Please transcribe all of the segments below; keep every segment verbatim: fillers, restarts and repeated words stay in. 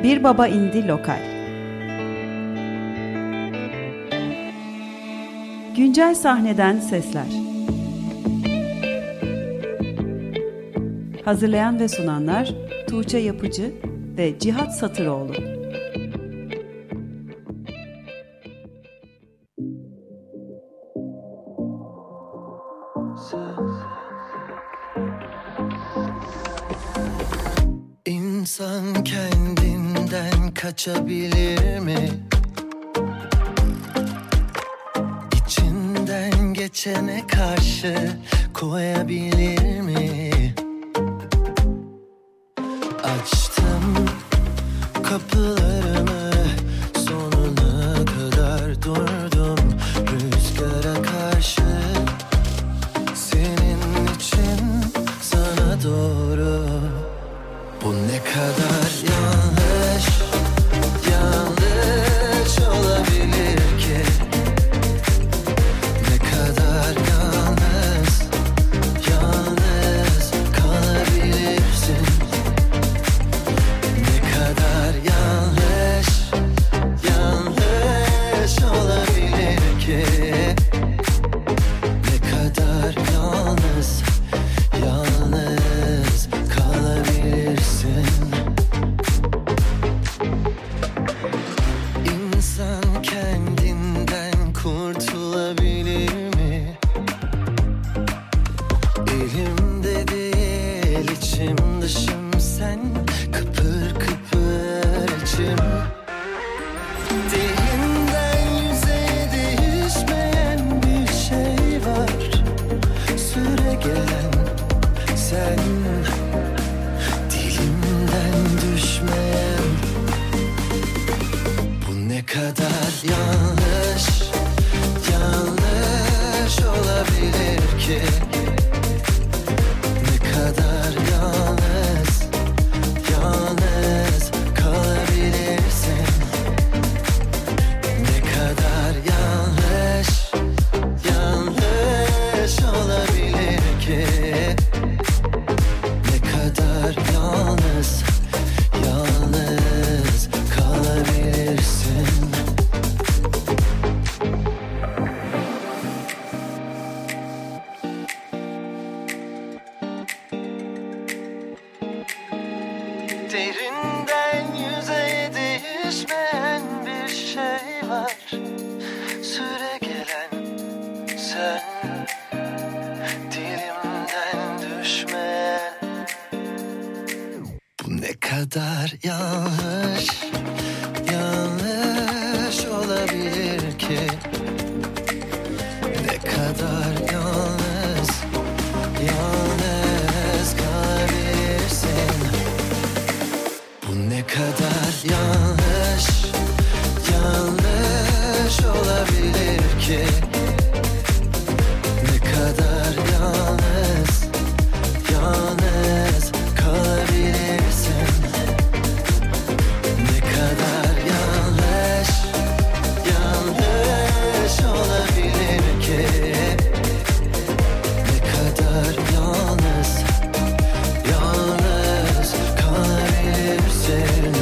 Bir Baba indi lokal. Güncel sahneden sesler. Hazırlayan ve sunanlar Tuğçe Yapıcı ve Cihat Satıroğlu. İnsan kendinden kaçabilir mi? İçinden geçene karşı koyabilir mi? Açtım kapılarımı, sonuna kadar durdum rüzgara karşı. Senin için sana doğru. Bu ne kadar yanlış, yanlış olabilir ki? Ne kadar yalnız, yalnız kalabilirsin? Ne kadar yanlış, yanlış olabilir ki? Ne kadar yalnız, yalnız kalabilirsin? İnsan kendinden kurtulabilir mi? Elimde değil, içim dışım sen, kıpır kıpır içim. Dilinden yüzeye değişmeyen bir şey var, süre gelen sen, dilimden düşmeyen. Bu ne kadar yanlış, yanlış olabilir ki? Ne kadar yalnız, yalnız kalabilirsin? Ne kadar yanlış, yanlış olabilir ki? Ne kadar yalnız, yalnız kalabilirsin? Derinden yüzeye değişmeyen bir şey var, süre gelen sen, dilimden düşmeyen. Bu ne kadar yanlış, yanlış olabilir ki? Ne kadar yalnız, yalnız kalabilirsin? Bu ne kadar yanlış, yanlış olabilir ki? Ne kadar yalnız, yalnız kalabilirsin? Ne kadar yanlış, yanlış olabilir ki? Ne kadar yalnız, yalnız kalabilirsin?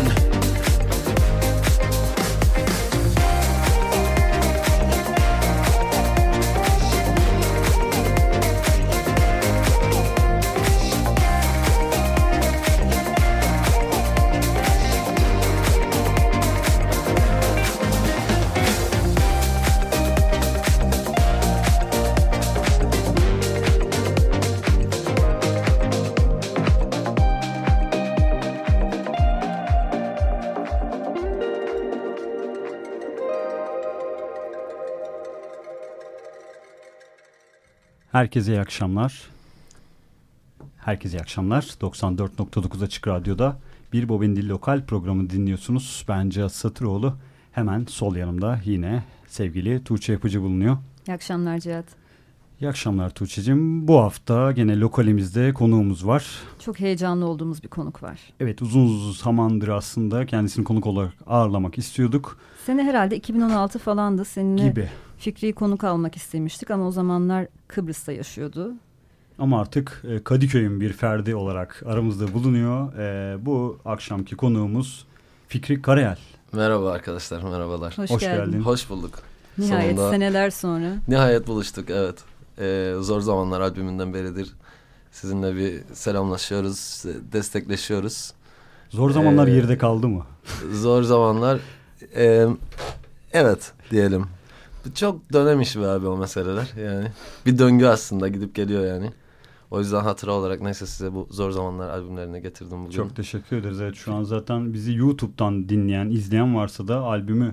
Herkese iyi akşamlar. Herkese iyi akşamlar. doksan dört nokta dokuz Açık Radyo'da Bir Baba indi lokal programı dinliyorsunuz. Ben Cihat Satıroğlu. Hemen sol yanımda yine sevgili Tuğçe Yapıcı bulunuyor. İyi akşamlar Cihat. İyi akşamlar Tuğçe'cim. Bu hafta gene lokalimizde konuğumuz var. Çok heyecanlı olduğumuz bir konuk var. Evet, uzun zamandır aslında kendisini konuk olarak ağırlamak istiyorduk. Sene herhalde iki bin on altı falandı. Seninle gibi. Fikri'yi konuk almak istemiştik ama o zamanlar Kıbrıs'ta yaşıyordu. Ama artık Kadıköy'ün bir ferdi olarak aramızda bulunuyor. Bu akşamki konuğumuz Fikri Karayel. Merhaba arkadaşlar, merhabalar. Hoş, Hoş geldin. geldin. Hoş bulduk. Nihayet Sonunda, seneler sonra. nihayet buluştuk, evet. Ee, Zor Zamanlar albümünden beridir sizinle bir selamlaşıyoruz, destekleşiyoruz. Zor zamanlar Ee, geride kaldı mı? Zor zamanlar, e, evet diyelim. Çok dönem işi be abi o meseleler yani. Bir döngü aslında, gidip geliyor yani. O yüzden hatıra olarak neyse size bu Zor Zamanlar albümlerini getirdim bugün. Çok teşekkür ederiz. Evet, şu an zaten bizi YouTube'dan dinleyen, izleyen varsa da albümü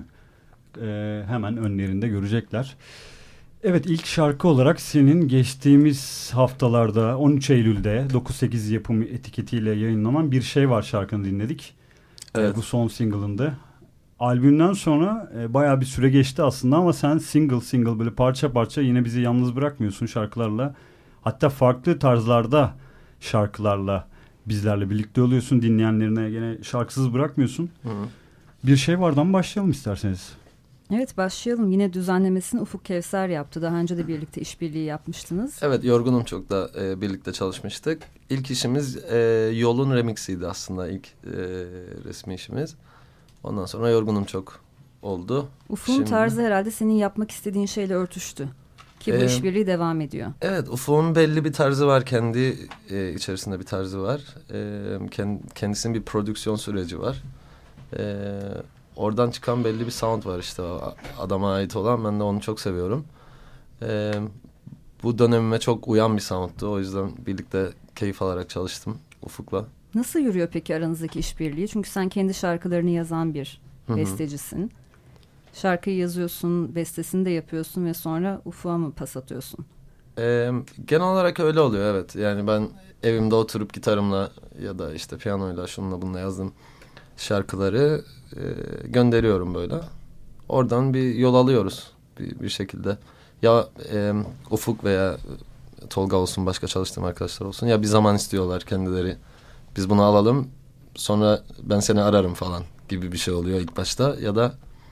e, hemen önlerinde görecekler. Evet, ilk şarkı olarak senin geçtiğimiz haftalarda on üç Eylül'de dokuz sekiz yapımı etiketiyle yayınlanan Bir Şey Var şarkını dinledik. Evet. E, bu son single'ındı. Albümden sonra e, bayağı bir süre geçti aslında ama sen single single böyle parça parça yine bizi yalnız bırakmıyorsun şarkılarla. Hatta farklı tarzlarda şarkılarla bizlerle birlikte oluyorsun. Dinleyenlerine gene şarkısız bırakmıyorsun. Hı hı. Bir Şey Var'dan başlayalım isterseniz. Evet, başlayalım. Yine düzenlemesini Ufuk Kevser yaptı. Daha önce de birlikte işbirliği yapmıştınız. Evet, Yorgunum Çok da e, birlikte çalışmıştık. İlk işimiz e, Yol'un remixiydi aslında, ilk e, resmi işimiz. Ondan sonra Yorgunum Çok oldu. Ufuk'un Şimdi- tarzı herhalde senin yapmak istediğin şeyle örtüştü. Ki bu Ee, işbirliği devam ediyor. Evet, Ufuk'un belli bir tarzı var, kendi e, içerisinde bir tarzı var. E, kend, kendisinin bir prodüksiyon süreci var. E, oradan çıkan belli bir sound var işte, o adama ait olan. Ben de onu çok seviyorum. E, bu dönemime çok uyan bir soundtu. O yüzden birlikte keyif alarak çalıştım Ufuk'la. Nasıl yürüyor peki aranızdaki işbirliği? Çünkü sen kendi şarkılarını yazan bir Hı hı. bestecisin. Şarkıyı yazıyorsun, bestesini de yapıyorsun ve sonra Ufuk'a mı pas atıyorsun? Ee, genel olarak öyle oluyor, evet. Yani ben evimde oturup gitarımla ya da işte piyanoyla şununla bununla yazdım şarkıları e, gönderiyorum böyle. Oradan bir yol alıyoruz bir, bir şekilde. Ya e, Ufuk veya Tolga olsun, başka çalıştığım arkadaşlar olsun, ya bir zaman istiyorlar kendileri. Biz bunu alalım, sonra ben seni ararım falan gibi bir şey oluyor ilk başta. Ya da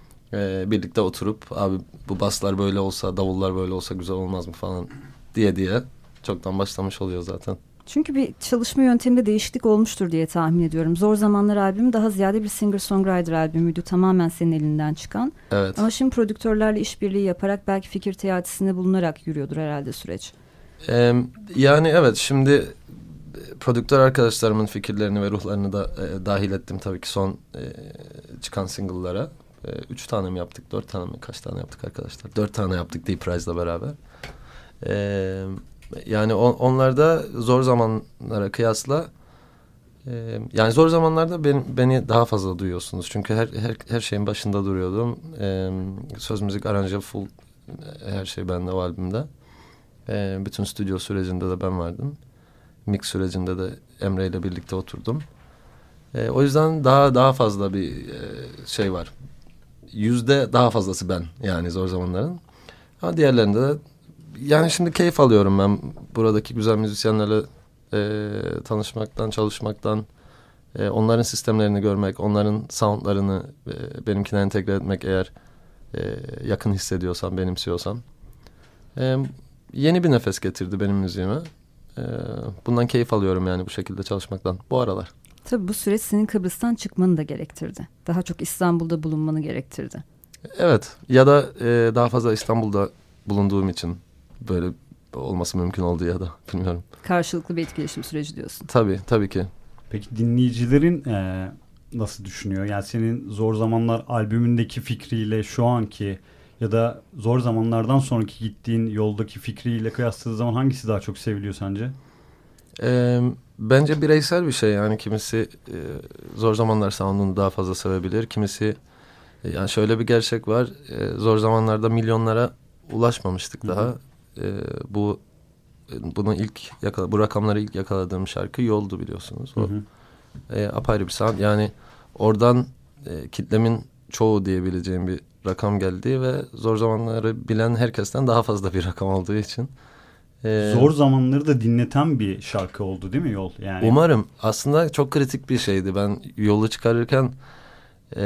e, birlikte oturup abi bu baslar böyle olsa, davullar böyle olsa güzel olmaz mı falan diye diye çoktan başlamış oluyor zaten. Çünkü bir çalışma yönteminde değişiklik olmuştur diye tahmin ediyorum. Zor Zamanlar albümü daha ziyade bir singer-songwriter albümüydü. Tamamen senin elinden çıkan. Evet. Ama şimdi prodüktörlerle işbirliği yaparak belki fikir teatisinde bulunarak yürüyordur herhalde süreç. Ee, yani evet, şimdi prodüktör arkadaşlarımın fikirlerini ve ruhlarını da e, dahil ettim tabii ki son e, çıkan single'lara. E, üç tane mi yaptık, dört tane mi, kaç tane yaptık arkadaşlar? Dört tane yaptık Deep Rise'la beraber. E, yani on, onlarda Zor Zamanlara kıyasla e, yani Zor Zamanlarda ben, beni daha fazla duyuyorsunuz. Çünkü her her, her şeyin başında duruyordum. E, söz, müzik, aranje, full her şey bende o albümde. E, bütün stüdyo sürecinde de ben vardım. Mix sürecinde de Emre ile birlikte oturdum. E, o yüzden daha daha fazla bir e, şey var. Yüzde daha fazlası ben, yani Zor Zamanların. Ama diğerlerinde de yani şimdi keyif alıyorum ben buradaki güzel müzisyenlerle e, tanışmaktan, çalışmaktan. E, onların sistemlerini görmek, onların soundlarını e, benimkine entegre etmek, eğer e, yakın hissediyorsam, benimsiyorsam. E, yeni bir nefes getirdi benim müziğime. E, bundan keyif alıyorum yani, bu şekilde çalışmaktan bu aralar. Tabii bu süreç senin Kıbrıs'tan çıkmanı da gerektirdi. Daha çok İstanbul'da bulunmanı gerektirdi. Evet, ya da e, daha fazla İstanbul'da bulunduğum için böyle olması mümkün oldu ya da bilmiyorum. Karşılıklı bir etkileşim süreci diyorsun. Tabii, tabii ki. Peki dinleyicilerin e, nasıl düşünüyor? Yani senin Zor Zamanlar albümündeki fikriyle şu anki ya da Zor Zamanlardan sonraki gittiğin yoldaki fikriyle kıyasladığı zaman hangisi daha çok seviliyor sence? E, bence bireysel bir şey yani. Kimisi e, Zor Zamanlar sound'unu daha fazla sevebilir. Kimisi e, yani şöyle bir gerçek var. E, Zor Zamanlar'da milyonlara ulaşmamıştık Hı hı. daha. E, bu bunu ilk yakala, bu rakamları ilk yakaladığım şarkı Yol'du, biliyorsunuz. O, Hı hı. E, apayrı bir sound. Yani oradan e, kitlemin çoğu diyebileceğim bir rakam geldi ve Zor Zamanları bilen herkesten daha fazla bir rakam olduğu için. E, Zor Zamanları da dinleten bir şarkı oldu değil mi Yol? Yani Umarım. Aslında çok kritik bir şeydi. Ben Yolu çıkarırken e,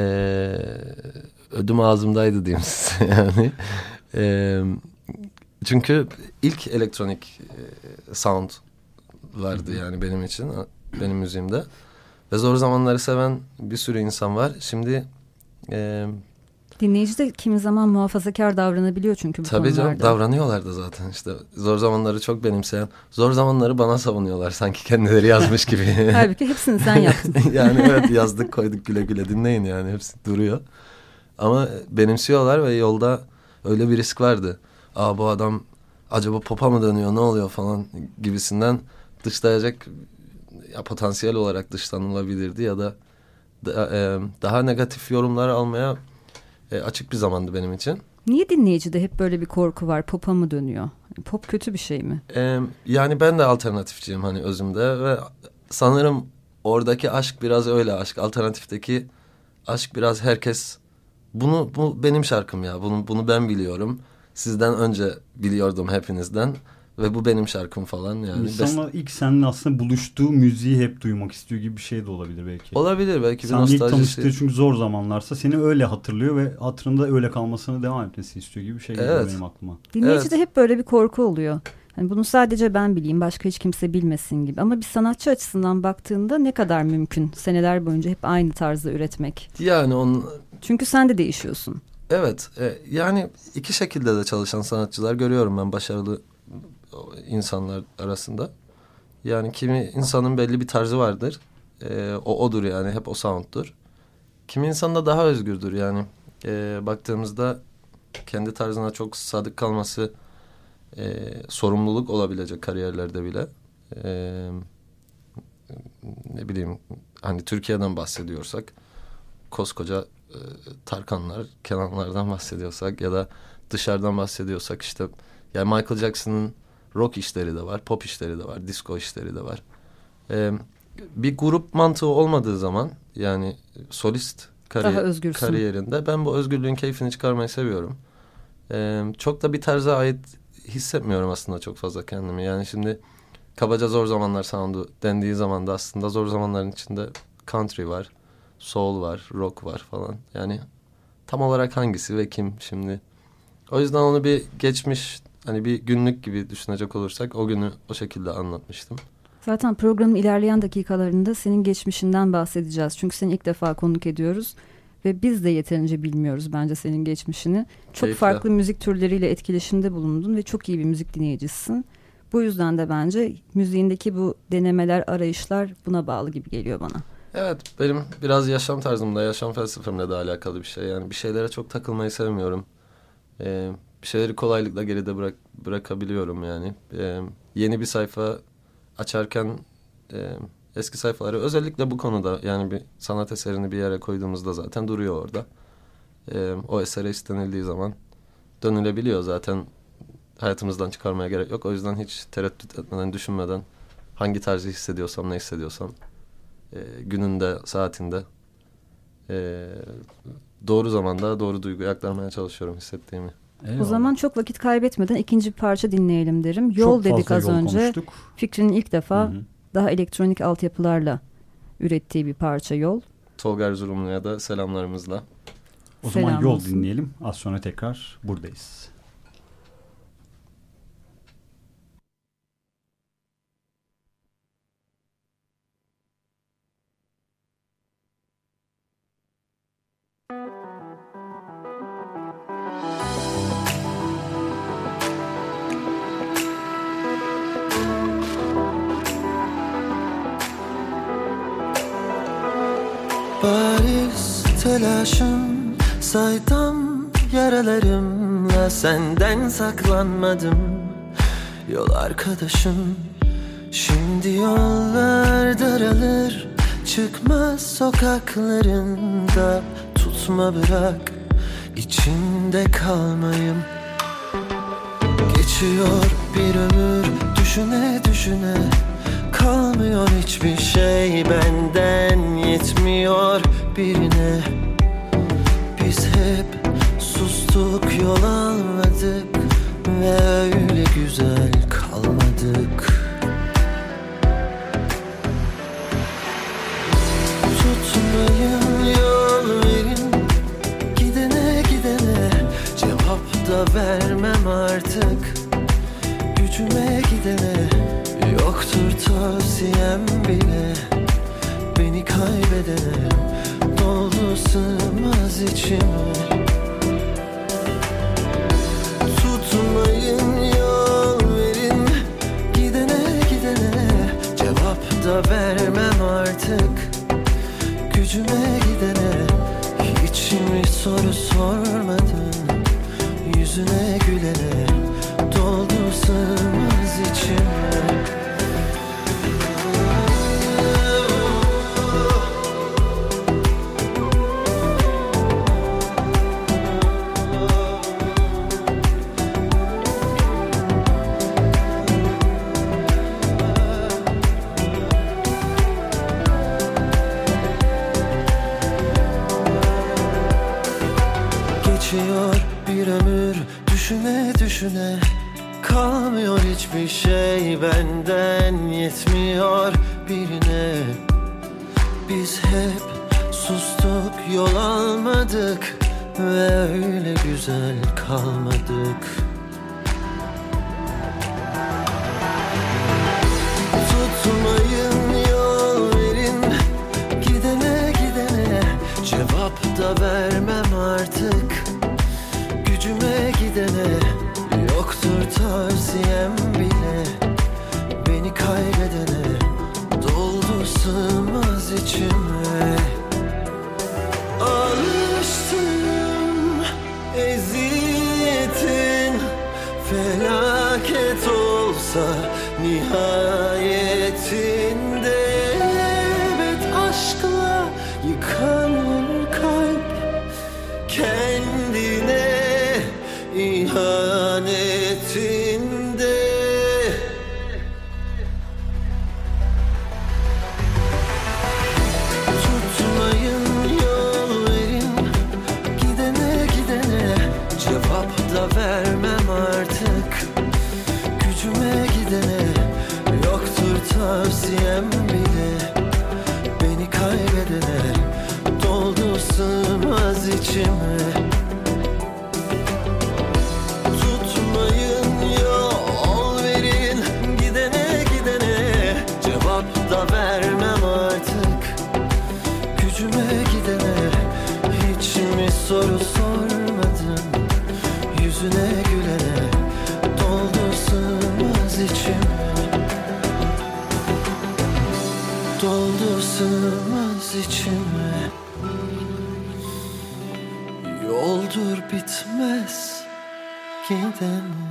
ödüm ağzımdaydı diyeyim size yani. E, çünkü ilk elektronik e, sound vardı yani benim için, benim müziğimde. Ve zor zamanları seven bir sürü insan var. Şimdi e, dinleyici de kimi zaman muhafazakar davranabiliyor çünkü bu tabii konularda. canım, davranıyorlar da zaten işte. Zor zamanları çok benimseyen, zor zamanları bana savunuyorlar sanki kendileri yazmış gibi. Halbuki hepsini sen yaptın. Yani evet, yazdık koyduk, güle güle dinleyin yani, hepsi duruyor. Ama benimsiyorlar ve yolda öyle bir risk vardı. Aa, bu adam acaba pop'a mı dönüyor, ne oluyor falan gibisinden dışlayacak, ya potansiyel olarak dışlanılabilirdi ya da, da e, daha negatif yorumlar almaya e, açık bir zamandı benim için. Niye dinleyicide hep böyle bir korku var? Pop'a mı dönüyor? Pop kötü bir şey mi? E, yani ben de alternatifçiyim hani özümde ve sanırım oradaki aşk biraz öyle aşk. Alternatifteki aşk biraz herkes bunu, bu benim şarkım ya, bunu, bunu ben biliyorum. Sizden önce biliyordum hepinizden. Ve bu benim şarkım falan yani. İnsanlar Best... ilk seninle aslında buluştuğu müziği hep duymak istiyor gibi bir şey de olabilir belki. Olabilir belki, bir sen nostaljisi. Sen ilk tanıştığı çünkü zor zamanlarsa seni öyle hatırlıyor ve hatırında öyle kalmasını devam etmesini istiyor gibi bir şey geliyor evet. benim aklıma. Dinleyicide evet. hep böyle bir korku oluyor. Yani bunu sadece ben bileyim, başka hiç kimse bilmesin gibi. Ama bir sanatçı açısından baktığında ne kadar mümkün seneler boyunca hep aynı tarzda üretmek. Yani onun... Çünkü sen de değişiyorsun. Evet e, yani iki şekilde de çalışan sanatçılar görüyorum ben başarılı insanlar arasında. Yani kimi insanın belli bir tarzı vardır. Ee, o odur yani, hep o sound'dur. Kimi insan da daha özgürdür yani. Ee, baktığımızda kendi tarzına çok sadık kalması e, sorumluluk olabilecek kariyerlerde bile. Ee, ne bileyim, hani Türkiye'den bahsediyorsak koskoca e, Tarkanlar, Kenanlardan bahsediyorsak ya da dışarıdan bahsediyorsak işte yani Michael Jackson'ın rock işleri de var, pop işleri de var, disco işleri de var. Ee, bir grup mantığı olmadığı zaman yani solist kariyer, kariyerinde ben bu özgürlüğün keyfini çıkarmayı seviyorum. Ee, çok da bir tarza ait hissetmiyorum aslında çok fazla kendimi. Yani şimdi kabaca zor zamanlar sound'u dendiği zaman da aslında zor zamanların içinde country var, soul var, rock var falan. Yani tam olarak hangisi ve kim şimdi? O yüzden onu bir geçmiş, hani bir günlük gibi düşünecek olursak o günü o şekilde anlatmıştım. Zaten programın ilerleyen dakikalarında senin geçmişinden bahsedeceğiz. Çünkü seni ilk defa konuk ediyoruz ve biz de yeterince bilmiyoruz bence senin geçmişini. Çok Keyifle. farklı müzik türleriyle etkileşimde bulundun ve çok iyi bir müzik dinleyicisisin. Bu yüzden de bence müziğindeki bu denemeler, arayışlar buna bağlı gibi geliyor bana. Evet, benim biraz yaşam tarzımla, yaşam felsefemle de alakalı bir şey. Yani bir şeylere çok takılmayı sevmiyorum. Ee, bir şeyleri kolaylıkla geride bırak, bırakabiliyorum yani. Ee, yeni bir sayfa açarken e, eski sayfaları özellikle bu konuda, yani bir sanat eserini bir yere koyduğumuzda zaten duruyor orada. Ee, o esere istenildiği zaman dönülebiliyor zaten, hayatımızdan çıkarmaya gerek yok. O yüzden hiç tereddüt etmeden, düşünmeden hangi tarzı hissediyorsam, ne hissediyorsam e, gününde, saatinde e, doğru zamanda doğru duyguyu aktarmaya çalışıyorum hissettiğimi. Eyvallah. O zaman çok vakit kaybetmeden ikinci bir parça dinleyelim derim. Yol çok dedik az önce. Konuştuk. Fikrinin ilk defa Hı-hı. daha elektronik altyapılarla ürettiği bir parça Yol. Tolga Erzurumlu'ya da selamlarımızla. O Selam zaman Yol olsun. Dinleyelim. Az sonra tekrar buradayız. Bariz telaşım, saydam yaralarımla senden saklanmadım. Yol arkadaşım, şimdi yollar daralır, çıkmaz sokaklarında. Tutma bırak, içinde kalmayım. Geçiyor bir ömür düşüne düşüne, kalmıyor hiçbir şey benden, yetmiyor birine. Biz hep sustuk, yol almadık ve öyle güzel kalmadık. Tutmayın, yol verin, gidene gidene cevap da vermem artık. Gücüme gidene yoktur tavsiyem bile. Beni kay kaybedene doldu sığmaz içime. Tutmayın, yol verin gidene gidene, cevap da vermem artık gücüme gidene. Hiç mi soru sormadın yüzüne gülene, doldu sığmaz içime. Geçiyor bir ömür düşüne düşüne, kalmıyor hiçbir şey benden, yetmiyor birine. Biz hep sustuk, yol almadık ve öyle güzel kalmadık. Tutmayın, yol verin gidene gidene, cevap da vermem artık gücüme gidene. Yoktur tavsiyem bile beni kaybedene, doldu sığmaz içime. Alıştım eziyetin, felaket olsa nihayetinde. Evet, aşkla yıkanır kalp, kendine ihanetinde. Tutmayın, yol verin gidene gidene, cevap da vermem artık gücüme gidene. Yoktur tavsiyem bile beni kaybedene, doldu sığmaz içime. Soru sormadın yüzüne gülene, doldu sığmaz içime. Doldu sığmaz içime. Yoldur bitmez gidene.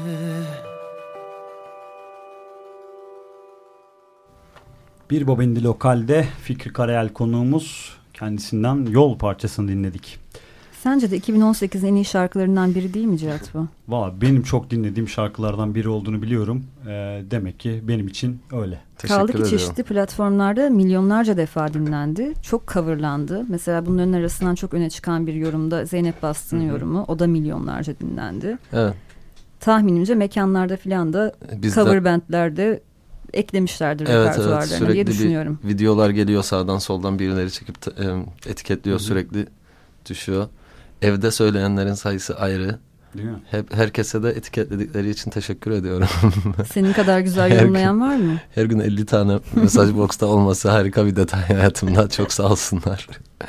Bir Bobendi Lokal'de Fikri Karayel konuğumuz, kendisinden Yol parçasını dinledik. Sence de iki bin on sekizin en iyi şarkılarından biri değil mi Cihat bu? Valla benim çok dinlediğim şarkılardan biri olduğunu biliyorum. Ee, demek ki benim için öyle. Kaldı ki çeşitli platformlarda milyonlarca defa dinlendi. Çok coverlandı. Mesela bunların arasından çok öne çıkan bir yorumda Zeynep Bastık'ın yorumu. O da milyonlarca dinlendi. Evet. Tahminimce mekanlarda filan da Biz cover de... bandlerde eklemişlerdir evet, repertuarlarına evet, diye düşünüyorum. Videolar geliyor sağdan soldan, birileri çekip e, etiketliyor, Hı-hı. sürekli düşüyor. Evde söyleyenlerin sayısı ayrı. Değil mi? Hep herkese de etiketledikleri için teşekkür ediyorum. Senin kadar güzel yorumlayan var mı? Her gün elli tane mesaj box'ta olması harika bir detay hayatımda. Çok sağ olsunlar.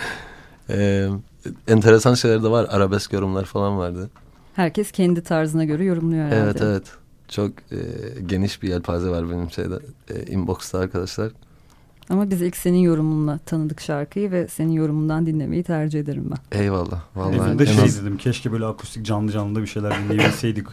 ee, enteresan şeyler de var. Arabesk yorumlar falan vardı. Herkes kendi tarzına göre yorumluyor herhalde. Evet evet. Çok e, geniş bir yelpaze var benim şeyde. E, inbox'ta arkadaşlar. Ama biz ilk senin yorumunla tanıdık şarkıyı ve senin yorumundan dinlemeyi tercih ederim ben. Eyvallah. Vallahi Evimde şey az... dedim, keşke böyle akustik canlı canlı bir şeyler dinleyebilseydik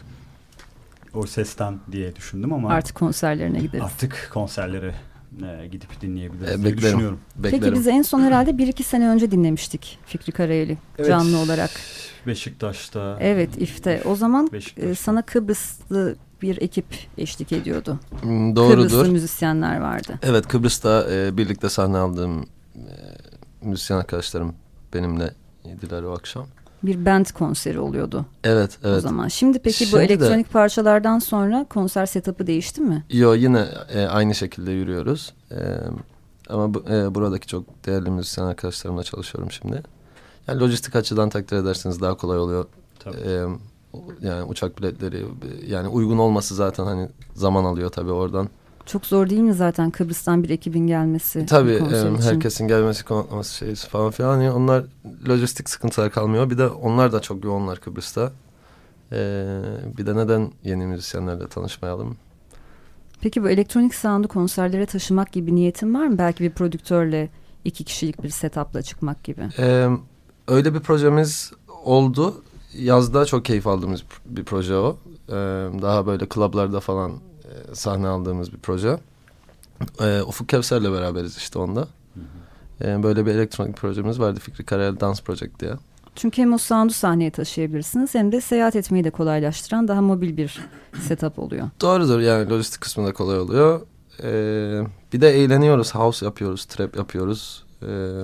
o sesten diye düşündüm ama. Artık konserlerine gideriz. Artık konserlere e, gidip dinleyebiliriz e, diye düşünüyorum. Beklerim. Peki biz en son herhalde bir iki sene önce dinlemiştik Fikri Karayel'i evet, canlı olarak. Beşiktaş'ta. Evet, İF'te. O zaman e, sana Kıbrıslı bir ekip eşlik ediyordu. Doğrudur. Kıbrıslı müzisyenler vardı. Evet, Kıbrıs'ta e, birlikte sahne aldığım e, müzisyen arkadaşlarım benimle yediler o akşam. Bir band konseri oluyordu. Evet, evet. O zaman. Şimdi peki Şimdi bu elektronik de, parçalardan sonra konser setup'ı değişti mi? Yo, yine e, aynı şekilde yürüyoruz. E, ama bu, e, buradaki çok değerli müzisyen arkadaşlarımla çalışıyorum şimdi. Yani lojistik açıdan takdir ederseniz daha kolay oluyor. Tabii. E, yani uçak biletleri, yani uygun olması zaten hani zaman alıyor tabii, oradan Çok zor değil mi zaten Kıbrıs'tan bir ekibin gelmesi? Tabii e, herkesin gelmesi, konatlaması şeysi falan filan. Yani onlar lojistik sıkıntılar kalmıyor. Bir de onlar da çok yoğunlar Kıbrıs'ta. E, bir de neden yeni müzisyenlerle tanışmayalım? Peki bu elektronik sound'u konserlere taşımak gibi niyetin var mı? Belki bir prodüktörle iki kişilik bir setup'la çıkmak gibi. E, öyle bir projemiz oldu. Yazda çok keyif aldığımız bir proje o. E, daha böyle klublarda falan e, sahne aldığımız bir proje. E, Ufuk Kevser'le beraberiz işte onda. Hı hı. E, böyle bir elektronik projemiz vardı. Fikri Karayel Dance Project diye. Çünkü hem o sound'u sahneye taşıyabilirsiniz hem de seyahat etmeyi de kolaylaştıran daha mobil bir setup oluyor. Doğrudur, yani lojistik kısmı da kolay oluyor. Ee, bir de eğleniyoruz. House yapıyoruz, trap yapıyoruz. Ee,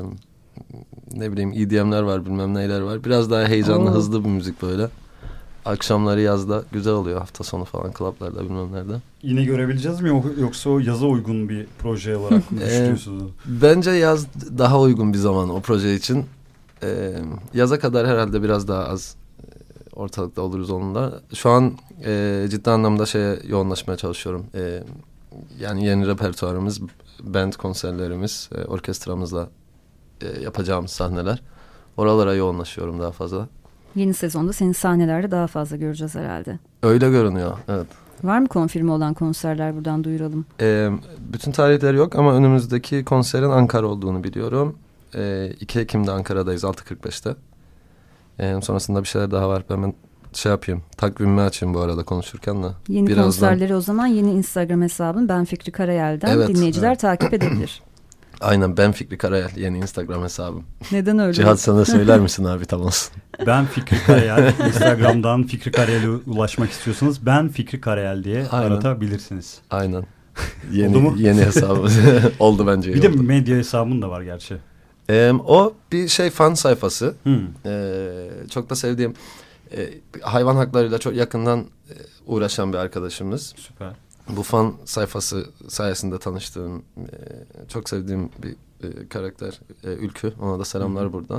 ne bileyim E D M'ler var, bilmem neyler var. Biraz daha heyecanlı, Oo. hızlı bir müzik böyle. Akşamları yazda güzel oluyor, hafta sonu falan klaplarda bilmem nerede. Yine görebileceğiz mi yoksa o yaza uygun bir proje olarak mı düşünüyorsunuz? Ee, bence yaz daha uygun bir zaman o proje için. Ee, yaza kadar herhalde biraz daha az e, ortalıkta oluruz onunla. Şu an e, ciddi anlamda şeye yoğunlaşmaya çalışıyorum. E, yani yeni repertuarımız, band konserlerimiz, e, orkestramızla e, yapacağımız sahneler. Oralara yoğunlaşıyorum daha fazla. Yeni sezonda seni sahnelerde daha fazla göreceğiz herhalde. Öyle görünüyor, evet. Var mı konfirme olan konserler, buradan duyuralım? E, bütün tarihleri yok ama önümüzdeki konserin Ankara olduğunu biliyorum. E, iki Ekim'de Ankara'dayız, altı kırk beşte. E, sonrasında bir şeyler daha var. Ben şey yapayım, takvimimi açayım bu arada konuşurken de. Yeni birazdan... konserleri o zaman yeni Instagram hesabın Ben Fikri Karayel'den evet, dinleyiciler evet. takip edebilir. Aynen, Ben Fikri Karayel yeni Instagram hesabım. Neden öyle? Cihat sana söyler misin abi, tam olsun. Ben Fikri Karayel. Instagram'dan Fikri Karayel'e ulaşmak istiyorsanız Ben Fikri Karayel diye Aynen. aratabilirsiniz. Aynen. Yeni, yeni hesabı oldu bence. Bir de oldu. Medya hesabın da var gerçi. Ee, o bir şey fan sayfası. Hmm. Ee, çok da sevdiğim e, hayvan haklarıyla çok yakından e, uğraşan bir arkadaşımız. Süper. Bu fan sayfası sayesinde tanıştığım e, çok sevdiğim bir e, karakter e, Ülkü. Ona da selamlar hmm. buradan.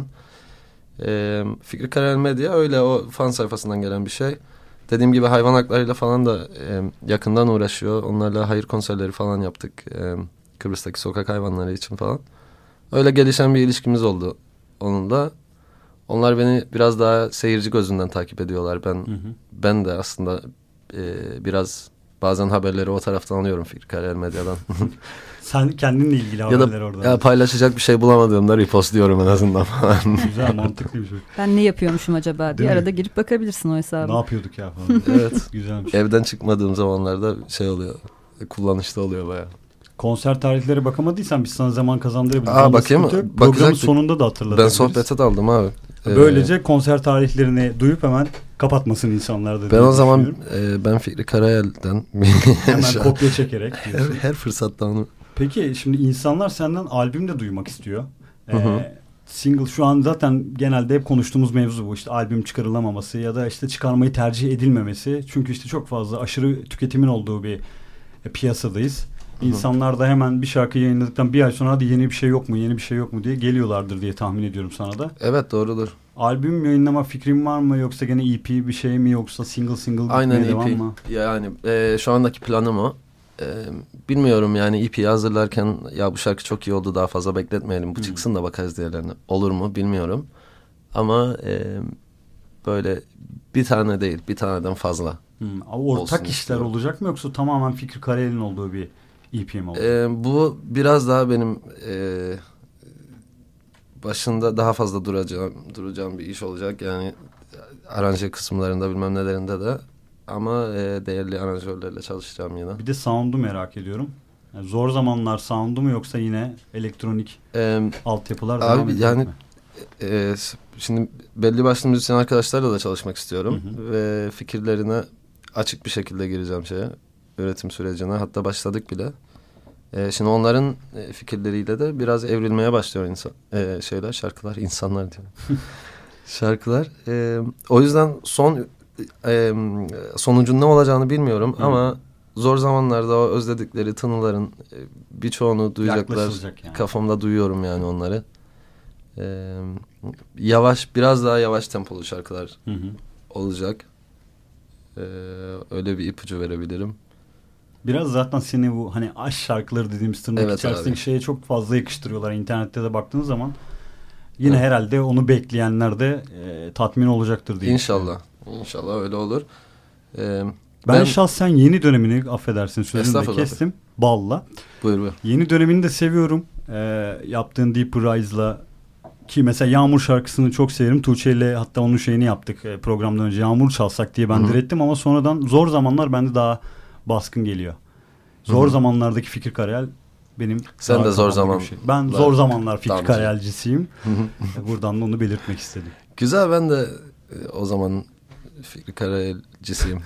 E, Fikri Karayel Medya öyle, o fan sayfasından gelen bir şey. Dediğim gibi hayvan haklarıyla falan da e, yakından uğraşıyor. Onlarla hayır konserleri falan yaptık. E, Kıbrıs'taki sokak hayvanları için falan. Öyle gelişen bir ilişkimiz oldu onunla. Onlar beni biraz daha seyirci gözünden takip ediyorlar. Ben hı hı. ben de aslında e, biraz bazen haberleri o taraftan alıyorum, Fikri Karayel Medya'dan. Sen kendinle ilgili haberleri oradan. Ya paylaşacak bir şey bulamadığımda repostluyorum en azından falan. Güzel, mantıklı bir şey. Ben ne yapıyormuşum acaba diye arada girip bakabilirsin o hesaba. Ne yapıyorduk ya falan. Evet. Güzelmiş. Evden çıkmadığım zamanlarda şey oluyor. Kullanışlı oluyor bayağı. Konser tarihleri bakamadıysan biz sana zaman kazandırabiliriz. Aa, bakayım. Programın sonunda da hatırlatabiliriz. Ben sohbete daldım abi. Böylece ee, konser tarihlerini duyup hemen kapatmasın insanlar da. Ben o zaman e, Ben Fikri Karayel'den hemen kopya çekerek. her, her fırsatta onu. Peki şimdi insanlar senden albüm de duymak istiyor. Ee, single şu an zaten genelde hep konuştuğumuz mevzu bu. İşte albüm çıkarılamaması ya da işte çıkarmayı tercih edilmemesi. Çünkü işte çok fazla aşırı tüketimin olduğu bir e, piyasadayız. İnsanlar da hemen bir şarkı yayınladıktan bir ay sonra hadi yeni bir şey yok mu, yeni bir şey yok mu diye geliyorlardır diye tahmin ediyorum sana da. Evet, doğrudur. Albüm yayınlama fikrin var mı, yoksa gene E P bir şey mi, yoksa single single Aynen devam E P. mı? Yani e, şu andaki planım o. E, bilmiyorum yani, E P'yi hazırlarken ya bu şarkı çok iyi oldu, daha fazla bekletmeyelim, bu hmm. çıksın da bakarız diğerlerine. Olur mu bilmiyorum. Ama e, böyle bir tane değil, bir taneden fazla. Hmm. Ortak işler istiyorum. Olacak mı, yoksa tamamen Fikri Karayel'in olduğu bir E P mi oldu? E, bu biraz daha benim e, başında daha fazla duracağım duracağım bir iş olacak. Yani aranje kısımlarında bilmem nelerinde de, ama e, değerli aranjörlerle çalışacağım yine. Bir de sound'u merak ediyorum. Yani zor zamanlar sound'u mu, yoksa yine elektronik e, altyapılar devam abi, edecek yani, mi? E, şimdi belli başlı müzisyen arkadaşlarla da çalışmak istiyorum. Hı hı. Ve fikirlerine açık bir şekilde gireceğim şeye, üretim sürecine. Hatta başladık bile. Ee, şimdi onların e, fikirleriyle de biraz evrilmeye başlıyor insan e, şeyler, şarkılar, insanlar diyorum. Şarkılar. E, o yüzden son e, sonucun ne olacağını bilmiyorum. Hı. Ama zor zamanlarda o özledikleri tınıların e, birçoğunu duyacaklar. Yani. Kafamda duyuyorum yani onları. E, yavaş, biraz daha yavaş tempolu şarkılar hı hı. olacak. E, öyle bir ipucu verebilirim. Biraz zaten seni bu hani aşk şarkıları dediğimiz tırnak evet, içerisindeki abi. şeye çok fazla yakıştırıyorlar. İnternette de baktığınız zaman yine evet. herhalde onu bekleyenler de e, tatmin olacaktır diye. İnşallah. İnşallah öyle olur. Ee, ben, ben şahsen yeni dönemini, affedersin sözünü de kestim. Balla. Buyur buyur. Yeni dönemini de seviyorum. Ee, yaptığın Deeper Rise'la ki mesela Yağmur şarkısını çok severim. Tuğçe ile hatta onun şeyini yaptık e, programdan önce. Yağmur çalsak diye ben Hı-hı. direttim ama sonradan Zor Zamanlar bende daha baskın geliyor. Zor Hı-hı. zamanlardaki Fikri Karayel benim. Sen de zor zaman. Şey. Ben zor zamanlar Fikri Karayelcisiyim. Buradan da onu belirtmek istedim. Güzel, ben de e, o zaman Fikri Karayelcisiyim.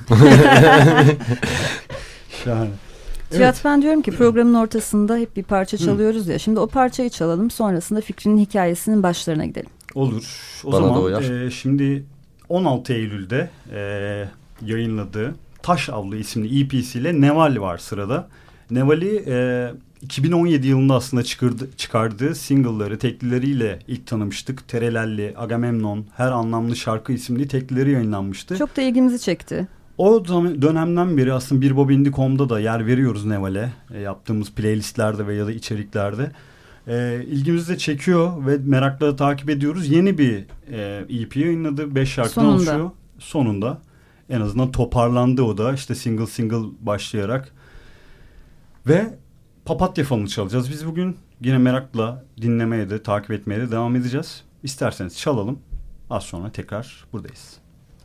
Şahane. Cihat evet. Ben diyorum ki programın ortasında hep bir parça çalıyoruz Hı. ya. Şimdi o parçayı çalalım, sonrasında Fikri'nin hikayesinin başlarına gidelim. Olur. O Bana zaman e, şimdi on altı Eylül'de e, yayınladığı Taş Avlu isimli E P'siyle Nevali var sırada. Nevali e, iki bin on yedi yılında aslında çıkardı, çıkardığı single'ları, teklileriyle ilk tanımıştık. Terelelli, Agamemnon, Her Anlamlı Şarkı isimli teklileri yayınlanmıştı. Çok da ilgimizi çekti. O dönemden beri aslında bir bob indie nokta com'da da yer veriyoruz Neval'e. E, yaptığımız playlistlerde ve ya da içeriklerde. E, ilgimizi de çekiyor ve merakla takip ediyoruz. Yeni bir e, E P yayınladı. Beş şarkıdan oluşuyor. Sonunda. En azından toparlandı o da. İşte single single başlayarak. Ve Papatya Falı'nı çalacağız. Biz bugün yine merakla dinlemeye de takip etmeye de devam edeceğiz. İsterseniz çalalım. Az sonra tekrar buradayız.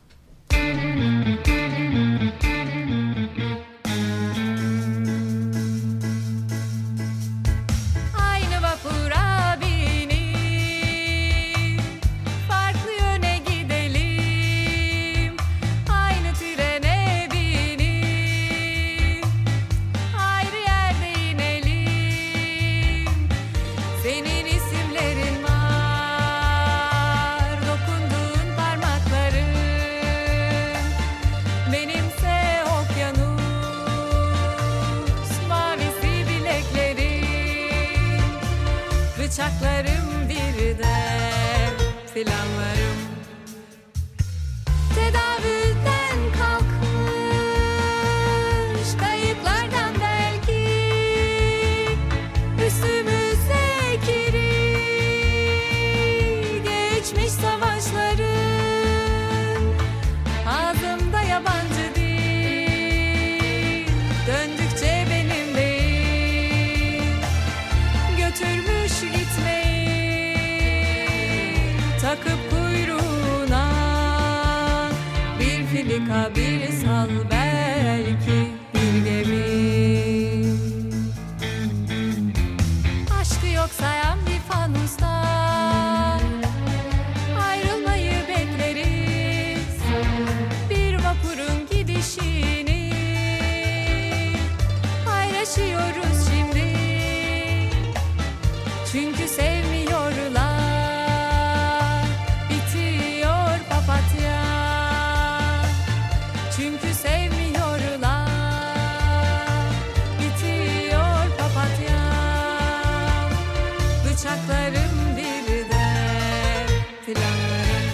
Bıçaklarım birden, filanlarım tedavülden kalkmış, kayıplardan belki üstümüze kiri geçmiş savaşların, ağzımda yabancı dil döndükçe benim değil, götürmüş gitmeyi takıp kuyruğuna bir filika, bir sal, belki bir gemi. Aşkı yok sayan bir fanustan ayrılmayı bekleriz, bir vapurun gidişini paylaşıyoruz şimdi. Çünkü sevmiyorlar, bitiyor papatya. Çünkü sevmiyorlar, bitiyor papatya. Bıçaklarım birden, filanlarım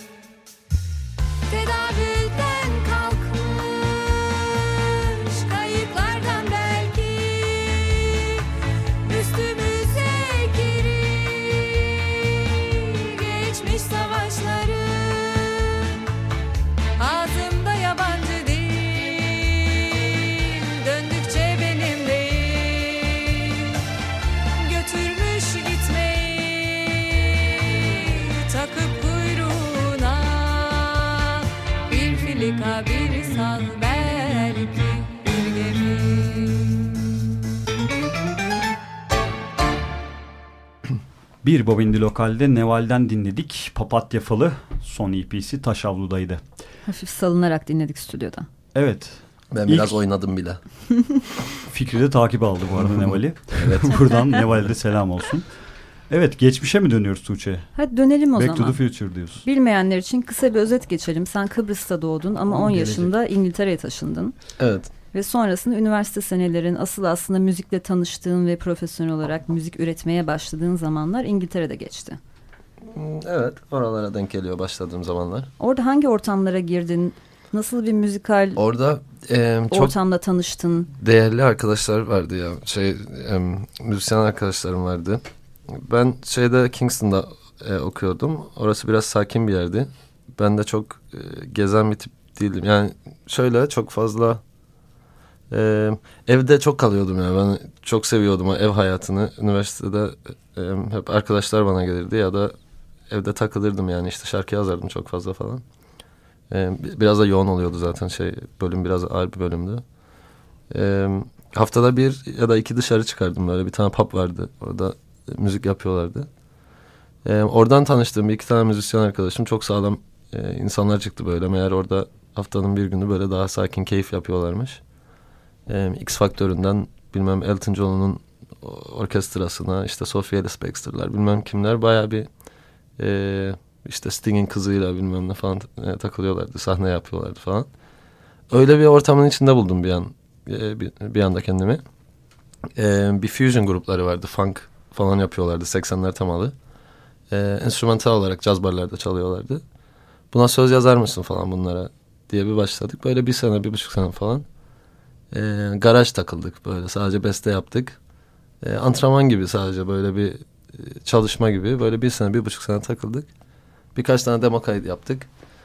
tedavülden kalkmış, kayıplardan belki üstümüze kiri geçmiş savaşların, ağzımda yabancı dil döndükçe benim değil, götürmüş gitmeyi takıp kuyruğuna bir filika, bir sal, belki bir gemi. Bir bob indie lokalde Neval'den dinledik. Papatya Falı son E P'si Taş Avlu'daydı. Hafif salınarak dinledik stüdyoda. Evet. Ben İlk... biraz oynadım bile. Fikri de takip aldı bu arada Neval'i. Evet. Buradan Neval'e de selam olsun. Evet, geçmişe mi dönüyoruz Tuğçe? Hadi dönelim o Back zaman. Back to the Future diyorsun. Bilmeyenler için kısa bir özet geçelim. Sen Kıbrıs'ta doğdun ama on Gelecek. yaşında İngiltere'ye taşındın. Evet. Ve sonrasında üniversite senelerin, asıl aslında müzikle tanıştığın ve profesyonel olarak müzik üretmeye başladığın zamanlar İngiltere'de geçti. Evet, oralara denk geliyor başladığım zamanlar. Orada hangi ortamlara girdin? Nasıl bir müzikal... Orada Ee, çok ortamda tanıştın? Değerli arkadaşlar vardı ya. Şey, e, müzisyen arkadaşlarım vardı. Ben şeyde Kingston'da e, okuyordum. Orası biraz sakin bir yerdi. Ben de çok e, gezen bir tip değildim. Yani şöyle çok fazla e, evde çok kalıyordum yani. Ben çok seviyordum o ev hayatını. Üniversitede e, hep arkadaşlar bana gelirdi ya da evde takılırdım yani. İşte şarkı yazardım çok fazla falan. E, biraz da yoğun oluyordu zaten şey bölüm biraz ağır bir bölümdü. E, haftada bir ya da iki dışarı çıkardım böyle. Bir tane pub vardı. Orada müzik yapıyorlardı. E, oradan tanıştığım bir iki tane müzisyen arkadaşım çok sağlam e, insanlar çıktı böyle. Meğer orada haftanın bir günü böyle daha sakin keyif yapıyorlarmış. E, X Faktörü'nden bilmem Elton John'un orkestrasına işte Sophie Ellis Bextor'lar bilmem kimler bayağı bir e, işte Sting'in kızıyla bilmem ne falan e, takılıyorlardı. Sahne yapıyorlardı falan. Öyle bir ortamın içinde buldum bir an e, bir, bir anda kendimi. E, bir fusion grupları vardı. Funk falan yapıyorlardı. seksenler temalı. E, enstrümantal olarak caz barlarda çalıyorlardı. Buna söz yazar mısın falan bunlara diye bir başladık. Böyle bir sene, bir buçuk sene falan. E, garaj takıldık böyle. Sadece beste yaptık. E, antrenman gibi sadece böyle bir e, çalışma gibi. Böyle bir sene, bir buçuk sene takıldık. Birkaç tane demo kaydı yaptık.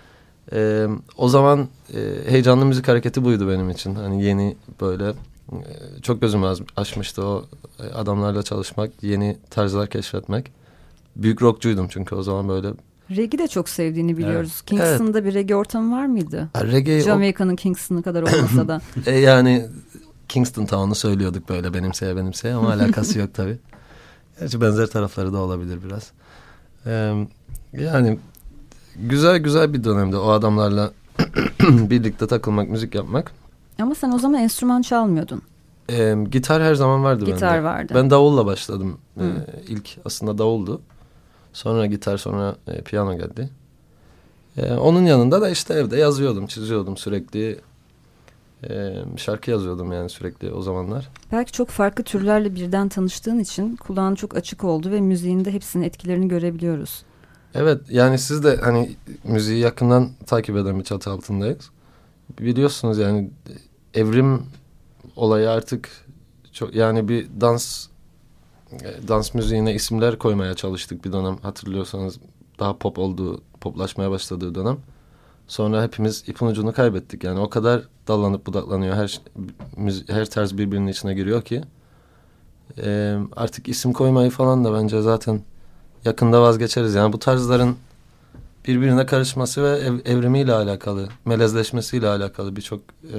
E, o zaman e, heyecanlı müzik hareketi buydu benim için. Hani yeni böyle e, çok gözümü açmıştı o e, adamlarla çalışmak. Yeni tarzlar keşfetmek. Büyük rockçuydum çünkü o zaman böyle. Reggae de çok sevdiğini biliyoruz. Evet. Kingston'da evet. bir reggae ortamı var mıydı? Reggae Jamaika'nın Kingston'ı kadar olmasa da. e, yani Kingston Town'u söylüyorduk böyle benimseye benimseye ama alakası yok tabii. Gerçi benzer tarafları da olabilir biraz. Ee, yani güzel güzel bir dönemde o adamlarla birlikte takılmak, müzik yapmak. Ama sen o zaman enstrüman çalmıyordun. Ee, gitar her zaman vardı bende. Gitar vardı. Ben davulla başladım. Ee, ilk aslında davuldu. Sonra gitar, sonra e, piyano geldi. Ee, onun yanında da işte evde yazıyordum, çiziyordum sürekli. Ee, şarkı yazıyordum yani sürekli o zamanlar. Belki çok farklı türlerle birden tanıştığın için kulağın çok açık oldu ve müziğinde hepsinin etkilerini görebiliyoruz. Evet yani siz de hani müziği yakından takip eden bir çatı altındayız. Biliyorsunuz yani evrim olayı artık çok yani bir dans dans müziğine isimler koymaya çalıştık bir dönem hatırlıyorsanız daha pop olduğu poplaşmaya başladığı dönem. Sonra hepimiz ipin ucunu kaybettik yani o kadar dallanıp budaklanıyor her her tarz birbirinin içine giriyor ki e, artık isim koymayı falan da bence zaten yakında vazgeçeriz yani bu tarzların birbirine karışması ve ev, evrimiyle alakalı melezleşmesiyle alakalı birçok e,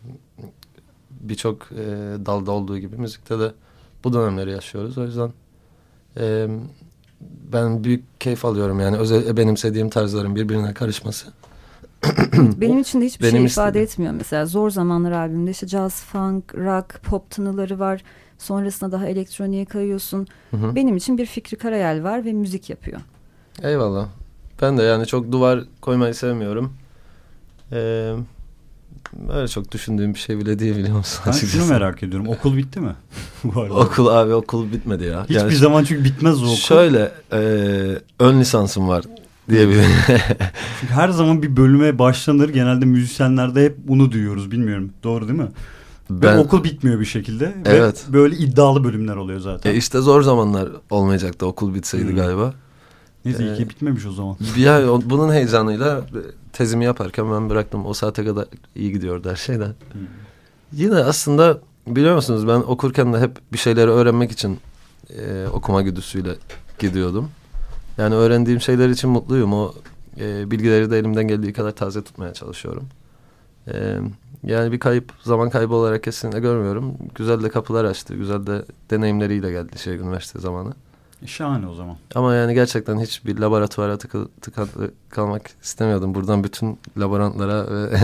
birçok e, dalda olduğu gibi müzikte de bu dönemleri yaşıyoruz o yüzden e, ben büyük keyif alıyorum yani özel benimsediğim tarzların birbirine karışması. Benim için de hiçbir Benim şey istedim. ifade etmiyor. Mesela Zor Zamanlar albümünde işte jazz, funk, rock, pop tınıları var. Sonrasında daha elektroniğe kayıyorsun. Hı hı. Benim için bir Fikri Karayel var ve müzik yapıyor. Eyvallah. Ben de yani çok duvar koymayı sevmiyorum. Ee, öyle çok düşündüğüm bir şey bile değil biliyor musun? Ben şunu merak ediyorum. Okul bitti mi? Bu arada. Okul abi okul bitmedi ya. Hiçbir yani, zaman çünkü bitmez o okul. Şöyle e, ön lisansım var diyebilirim. Çünkü her zaman bir bölüme başlanır. Genelde müzisyenlerde hep bunu duyuyoruz. Bilmiyorum. Doğru değil mi? Ben, ve okul bitmiyor bir şekilde. Evet. Ve böyle iddialı bölümler oluyor zaten. E işte zor zamanlar olmayacaktı okul bitseydi hmm. galiba. Neyse iyi ee, ki bitmemiş o zaman. Ya bunun heyecanıyla tezimi yaparken ben bıraktım. O saate kadar iyi gidiyordu her şeyden. Hmm. Yine aslında biliyor musunuz ben okurken de hep bir şeyleri öğrenmek için e, okuma güdüsüyle gidiyordum. Yani öğrendiğim şeyler için mutluyum. O e, bilgileri de elimden geldiği kadar taze tutmaya çalışıyorum. E, yani bir kayıp, zaman kaybı olarak kesinlikle görmüyorum. Güzel de kapılar açtı. Güzel de deneyimleriyle geldi şey üniversite zamanı. Şahane o zaman. Ama yani gerçekten hiç bir laboratuvara tıkı, tıkanlı kalmak istemiyordum. Buradan bütün laborantlara ve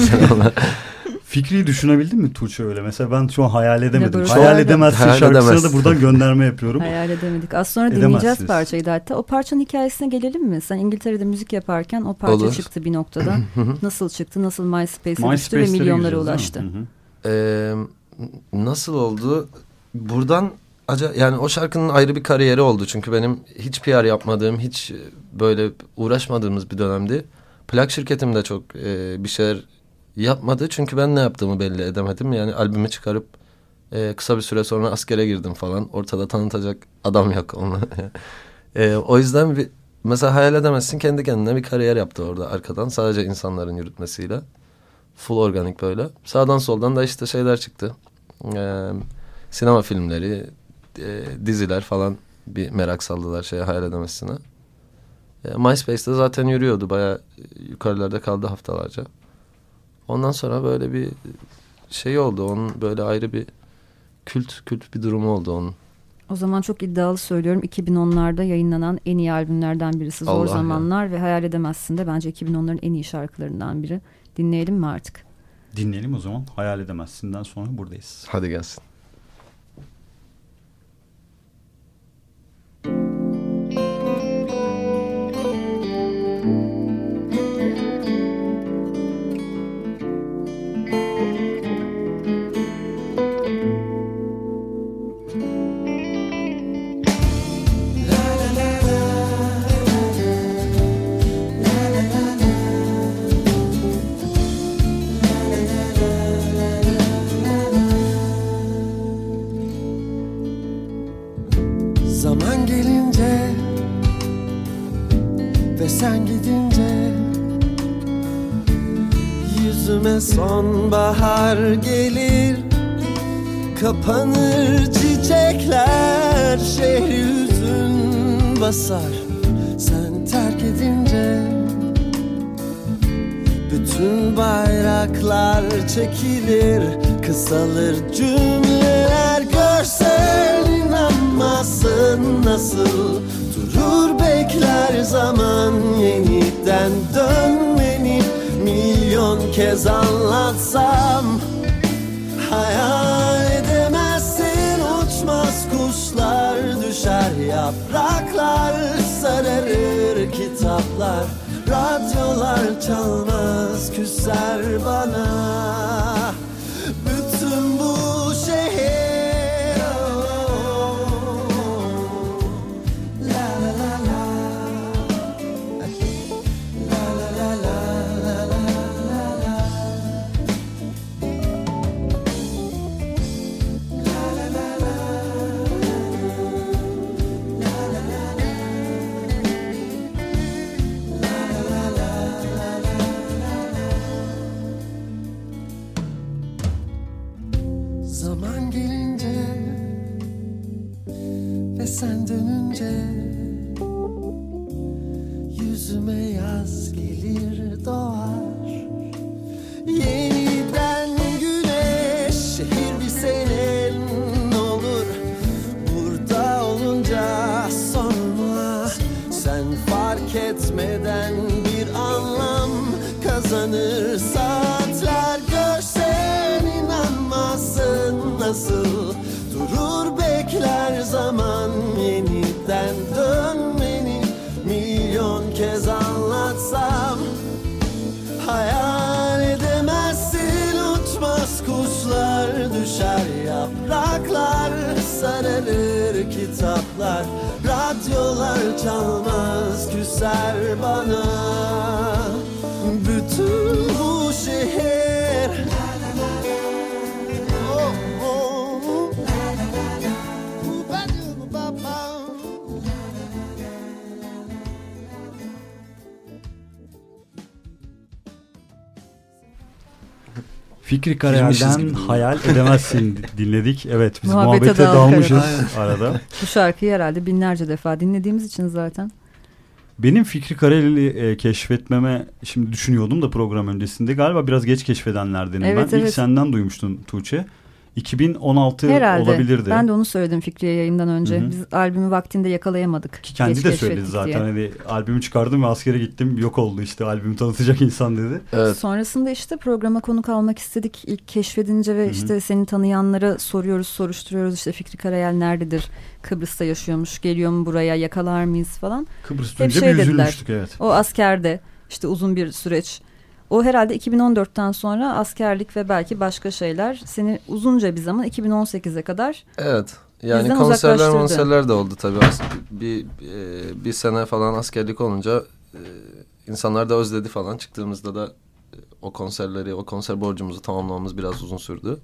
Fikri'yi düşünebildin mi Tuğçe öyle? Mesela ben şu an hayal edemedim. Ne hayal edemezsin hayal şarkısına edemezsin. da buradan gönderme yapıyorum. Hayal edemedik. Az sonra Edemezsiniz. dinleyeceğiz parçayı da hatta. O parçanın hikayesine gelelim mi? Sen İngiltere'de müzik yaparken o parça Olur. çıktı bir noktada. Nasıl çıktı? Nasıl MySpace'e My düştü ve milyonlara ulaştı? Ee, nasıl oldu? Buradan acayip, yani o şarkının ayrı bir kariyeri oldu. Çünkü benim hiç P R yapmadığım, hiç böyle uğraşmadığımız bir dönemdi. Plak şirketim de çok e, bir şeyler Yapmadı çünkü ben ne yaptığımı belli edemedim. Yani albümü çıkarıp e, kısa bir süre sonra askere girdim falan. Ortada tanıtacak adam yok onu. e, o yüzden bir, mesela hayal edemezsin, kendi kendine bir kariyer yaptı orada arkadan. Sadece insanların yürütmesiyle. Full organik böyle. Sağdan soldan da işte şeyler çıktı. E, sinema filmleri, e, diziler falan bir merak saldılar şeye, hayal edemezsine. E, MySpace'de zaten yürüyordu. Bayağı yukarılarda kaldı haftalarca. Ondan sonra böyle bir şey oldu. Onun böyle ayrı bir kült kült bir durumu oldu onun. O zaman çok iddialı söylüyorum. iki bin onlarda yayınlanan en iyi albümlerden birisi Zor Allah Zamanlar ya. Ve Hayal Edemezsin de bence iki bin onların en iyi şarkılarından biri. Dinleyelim mi artık? Dinleyelim o zaman. Hayal Edemezsin'den sonra buradayız. Hadi gelsin. Zaman gelince ve sen gidince yüzüme sonbahar gelir. Kapanır çiçekler, şehri hüzün basar. Sen terk edince bütün bayraklar çekilir. Kısalır cümleler, görsen inanmazsın nasıl durur bekler zaman. Yeniden dönmeni milyon kez anlatsam hayal edemezsin. Uçmaz kuşlar, düşer yapraklar, sararır kitaplar, radyolar çalmaz, küser bana. Bütün bu şehir oh, la la la la la la la la la la la. Zaman gelince ve sen dönünce yüzüme yaz gelir doğar. Yeniden güneş, şehir bir senin olur. Burada olunca sorma, sen fark etmeden bir anlam kazanır. Saatler görsen inanmazsın nasıl durur bekler zaman. Yeniden dönmeni milyon kez anlatsam hayal edemezsin. Uçmaz kuşlar, düşer yapraklar, sararır kitaplar, radyolar çalmaz, küser bana. Bütün bu şehir oh, oh. Fikri Girmişiz Karayel'den gibi. Hayal Edemezsin dinledik. Evet, biz Muhabbete muhabbete, daldık, dalmışız evet. arada. Bu şarkıyı herhalde binlerce defa dinlediğimiz için zaten. Benim Fikri Karayel'i e, keşfetmeme şimdi düşünüyordum da program öncesinde. Galiba biraz geç keşfedenlerdenim Evet, ben. evet. İlk senden duymuştum Tuğçe. iki bin on altı Herhalde. olabilirdi. Ben de onu söyledim Fikriye yayından önce. Hı hı. Biz albümü vaktinde yakalayamadık. Ki kendi Geç de keşfettik söyledi zaten. diye. Hani albümü çıkardım ve askere gittim. Yok oldu işte, albümü tanıtacak insan dedi. Evet. Sonrasında işte programa konuk almak istedik ilk keşfedince ve Hı hı. işte seni tanıyanlara soruyoruz, soruşturuyoruz. İşte Fikri Karayel nerededir? Kıbrıs'ta yaşıyormuş. Geliyor mu buraya? Yakalar mıyız falan. Kıbrıs Hep duyunca şey bir dediler. üzülmüştük, evet. O askerde işte uzun bir süreç. O herhalde iki bin on dörtten sonra askerlik ve belki başka şeyler seni uzunca bir zaman iki bin on sekize kadar Evet. Yani bizden konserler uzaklaştırdı. konserler de oldu tabii. As- bir, bir, bir sene falan askerlik olunca e, insanlar da özledi falan. Çıktığımızda da o konserleri, o konser borcumuzu tamamlamamız biraz uzun sürdü.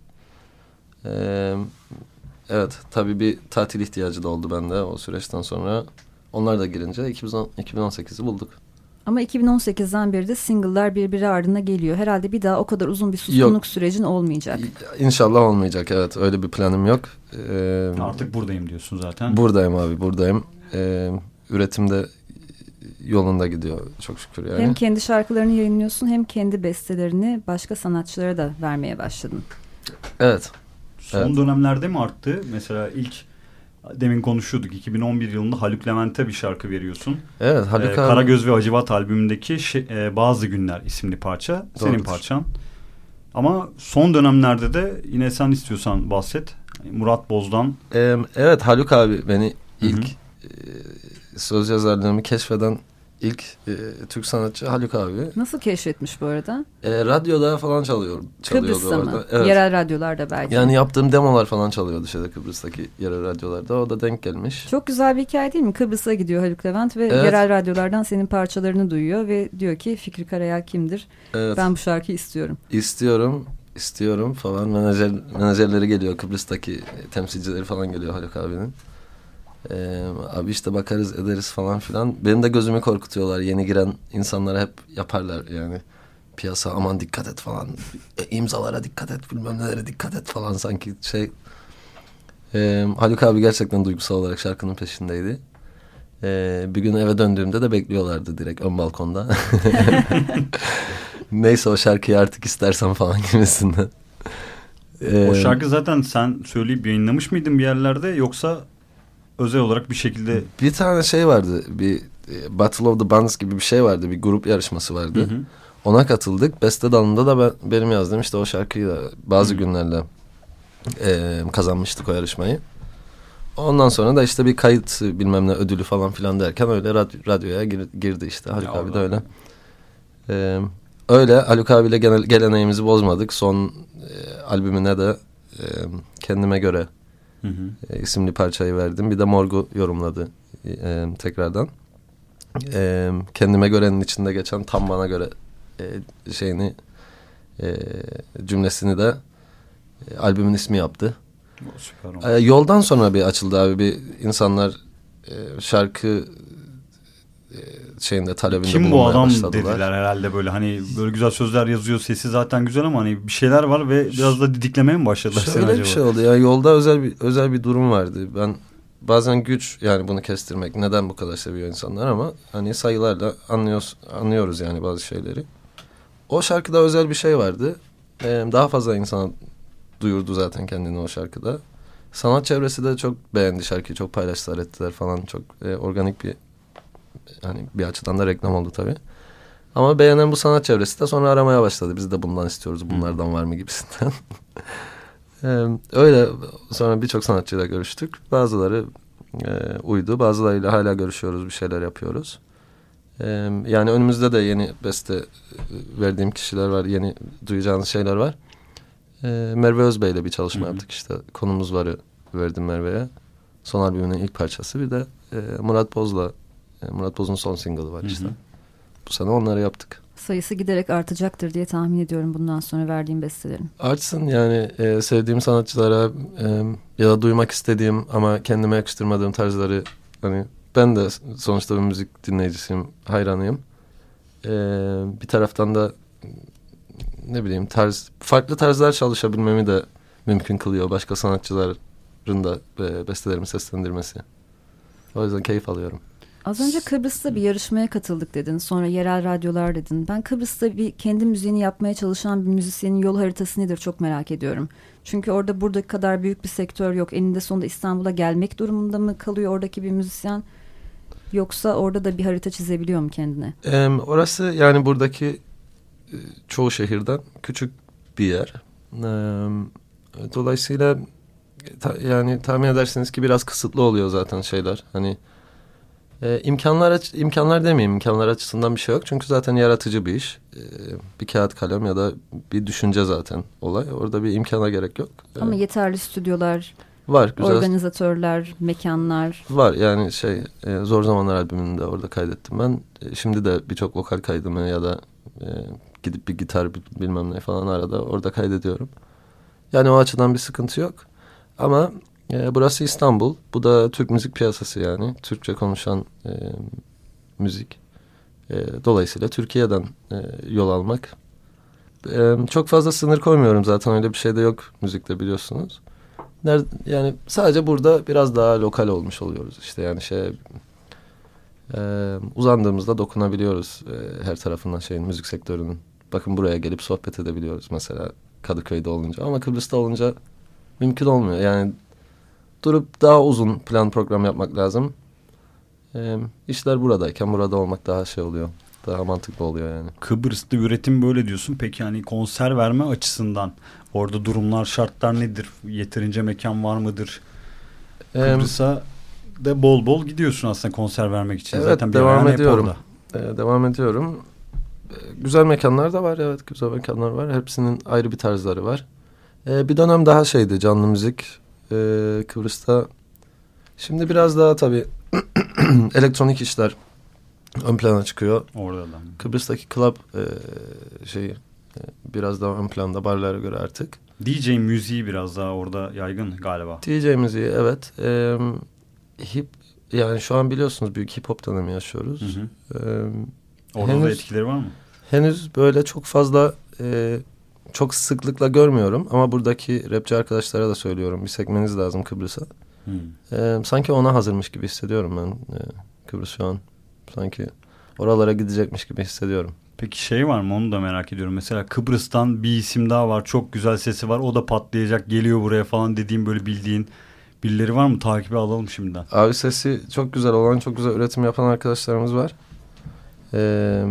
Ee, evet, tabii bir tatil ihtiyacı da oldu bende o süreçten sonra. Onlar da girince iki bin on sekizi bulduk. Ama iki bin on sekizden beri de single'lar birbiri ardına geliyor. Herhalde bir daha o kadar uzun bir suskunluk yok. Sürecin olmayacak. İnşallah olmayacak, evet. Öyle bir planım yok. Ee, Artık buradayım diyorsun zaten. Buradayım abi, buradayım. Ee, üretimde yolunda gidiyor çok şükür yani. Hem kendi şarkılarını yayınlıyorsun hem kendi bestelerini başka sanatçılara da vermeye başladın. Evet. Son evet. dönemlerde mi arttı? Mesela ilk demin konuşuyorduk, iki bin on bir yılında Haluk Levent'e bir şarkı veriyorsun. Evet, Haluk ee, abi. Karagöz ve Hacivat albümündeki şey, e, Bazı Günler isimli parça. Doğrudur. Senin parçan. Ama son dönemlerde de yine sen istiyorsan bahset. Murat Boz'dan. Ee, evet, Haluk abi beni ilk e, söz yazarlığımı keşfeden ilk e, Türk sanatçı Haluk abi. Nasıl keşfetmiş bu arada? E, radyoda falan çalıyor, çalıyordu. Kıbrıs'ta orada. mı? Evet. Yerel radyolarda belki. Yani yaptığım demolar falan çalıyordu şeyde, Kıbrıs'taki yerel radyolarda. O da denk gelmiş. Çok güzel bir hikaye değil mi? Kıbrıs'a gidiyor Haluk Levent ve evet. yerel radyolardan senin parçalarını duyuyor ve diyor ki Fikri Karayel kimdir? Evet. Ben bu şarkıyı istiyorum. İstiyorum, istiyorum falan. Menajer, menajerleri geliyor, Kıbrıs'taki temsilcileri falan geliyor Haluk abinin. Ee, abi işte bakarız ederiz falan filan. Benim de gözümü korkutuyorlar. Yeni giren insanlara hep yaparlar yani. Piyasa aman dikkat et falan. E, imzalara dikkat et, bilmem nelere dikkat et falan sanki şey. Ee, Haluk abi gerçekten duygusal olarak şarkının peşindeydi. Ee, bir gün eve döndüğümde de bekliyorlardı direkt ön balkonda. Neyse o şarkıyı artık istersen falan gibisinden. Ee, o şarkı zaten sen söyleyip yayınlamış mıydın bir yerlerde yoksa özel olarak bir şekilde? Bir tane şey vardı, bir Battle of the Bands gibi bir şey vardı, bir grup yarışması vardı. Hı hı. Ona katıldık. Beste dalında da ben, benim yazdığım işte o şarkıyı da bazı hı. günlerle e, kazanmıştık o yarışmayı. Ondan sonra da işte bir kayıt bilmem ne ödülü falan filan derken öyle radyo, radyoya gir, girdi işte. Haluk ya abi de öyle. Ee, öyle Haluk abiyle genel, geleneğimizi bozmadık. Son e, albümüne de e, kendime göre Hı hı. E, isimli parçayı verdim. Bir de Morgu yorumladı e, tekrardan. E, kendime görenin içinde geçen tam bana göre e, şeyini e, cümlesini de e, albümün ismi yaptı. E, yoldan sonra bir açıldı abi, bir insanlar e, şarkı e, şeyinde talebinde kim bulunmaya bu adam başladılar. Dediler herhalde böyle hani böyle güzel sözler yazıyor, sesi zaten güzel ama hani bir şeyler var ve biraz da didiklemeye mi başladılar? Şöyle bir şey oldu ya, yolda özel bir özel bir durum vardı. Ben bazen güç yani bunu kestirmek, neden bu kadar seviyor insanlar, ama hani sayılarla anlıyoruz anlıyoruz yani bazı şeyleri. O şarkıda özel bir şey vardı. Ee, daha fazla insana duyurdu zaten kendini o şarkıda. Sanat çevresi de çok beğendi şarkıyı, çok paylaştılar ettiler falan, çok e, organik bir hani bir açıdan da reklam oldu tabii. Ama beğenen bu sanat çevresi de sonra aramaya başladı. Biz de bundan istiyoruz, bunlardan var mı gibisinden. ee, öyle sonra birçok sanatçıyla görüştük. Bazıları e, uydu, bazılarıyla hala görüşüyoruz, bir şeyler yapıyoruz. Ee, yani önümüzde de yeni beste verdiğim kişiler var, yeni duyacağınız şeyler var. Ee, Merve Özbey ile bir çalışma Hı-hı. yaptık işte. Konumuz varı verdim Merve'ye. Son albümünün ilk parçası. Bir de e, Murat Boz'la e, Murat Boz'un son single'ı var Hı-hı. işte. Bu sene onları yaptık. Sayısı giderek artacaktır diye tahmin ediyorum bundan sonra verdiğim bestelerin. Artsın yani, e, sevdiğim sanatçılara e, ya da duymak istediğim ama kendime yakıştırmadığım tarzları, hani ben de sonuçta bir müzik dinleyicisiyim, hayranıyım. E, bir taraftan da ne bileyim tarz, farklı tarzlar çalışabilmemi de mümkün kılıyor. Başka sanatçıların da e, bestelerimi seslendirmesi. O yüzden keyif alıyorum. Az önce Kıbrıs'ta bir yarışmaya katıldık dedin. Sonra yerel radyolar dedin. Ben Kıbrıs'ta bir kendi müziğini yapmaya çalışan bir müzisyenin yol haritası nedir çok merak ediyorum. Çünkü orada buradaki kadar büyük bir sektör yok. Eninde sonunda İstanbul'a gelmek durumunda mı kalıyor oradaki bir müzisyen? Yoksa orada da bir harita çizebiliyor mu kendine? Ee, orası yani buradaki çoğu şehirden küçük bir yer. Ee, dolayısıyla ta, yani tahmin edersiniz ki biraz kısıtlı oluyor zaten şeyler. Hani e, imkanlar aç, imkanlar demeyeyim, imkanlar açısından bir şey yok. Çünkü zaten yaratıcı bir iş. Ee, bir kağıt kalem ya da bir düşünce zaten olay. Orada bir imkana gerek yok. Ama ee, yeterli stüdyolar var, güzel organizatörler, mekanlar var. Yani şey e, Zor Zamanlar albümünü de orada kaydettim ben. E, şimdi de birçok vokal kaydımı ya da e, gidip bir gitar bilmem ne falan arada orada kaydediyorum. Yani o açıdan bir sıkıntı yok. Ama e, burası İstanbul. Bu da Türk müzik piyasası yani. Türkçe konuşan e, müzik. E, dolayısıyla Türkiye'den e, yol almak. E, çok fazla sınır koymuyorum zaten, öyle bir şey de yok müzikte biliyorsunuz. Nerede, yani sadece burada biraz daha lokal olmuş oluyoruz. İşte yani şey e, uzandığımızda dokunabiliyoruz e, her tarafından şeyin, müzik sektörünün. Bakın buraya gelip sohbet edebiliyoruz mesela Kadıköy'de olunca. Ama Kıbrıs'ta olunca mümkün olmuyor. Yani durup daha uzun plan program yapmak lazım. E, işler buradayken burada olmak daha şey oluyor. Daha mantıklı oluyor yani. Kıbrıs'ta üretim böyle diyorsun. Peki hani konser verme açısından orada durumlar, şartlar nedir? Yeterince mekan var mıdır? Kıbrıs'a da bol bol gidiyorsun aslında konser vermek için. Evet, zaten bir devam ediyorum. Ee, devam ediyorum. Ee, güzel mekanlar da var. Evet, güzel mekanlar var. Hepsinin ayrı bir tarzları var. Ee, bir dönem daha şeydi, canlı müzik ee, Kıbrıs'ta. Şimdi biraz daha tabii elektronik işler ön plana çıkıyor. Orada da. Kıbrıs'taki club e, şeyi e, biraz daha ön planda barlara göre artık. D J müziği biraz daha orada yaygın galiba. D J müziği evet. E, hip yani şu an biliyorsunuz büyük hip hop dönemi yaşıyoruz. Hı hı. E, orada henüz, da etkileri var mı? Henüz böyle çok fazla e, çok sıklıkla görmüyorum ama buradaki rapçi arkadaşlara da söylüyorum. Bir sekmeniz lazım Kıbrıs'a. E, sanki ona hazırmış gibi hissediyorum ben e, Kıbrıs şu an. Sanki oralara gidecekmiş gibi hissediyorum. Peki şey var mı, onu da merak ediyorum. Mesela Kıbrıs'tan bir isim daha var. Çok güzel sesi var. O da patlayacak, geliyor buraya falan dediğim, böyle bildiğin birileri var mı? Takibi alalım şimdiden. Abi sesi çok güzel olan, çok güzel üretim yapan arkadaşlarımız var. Ee,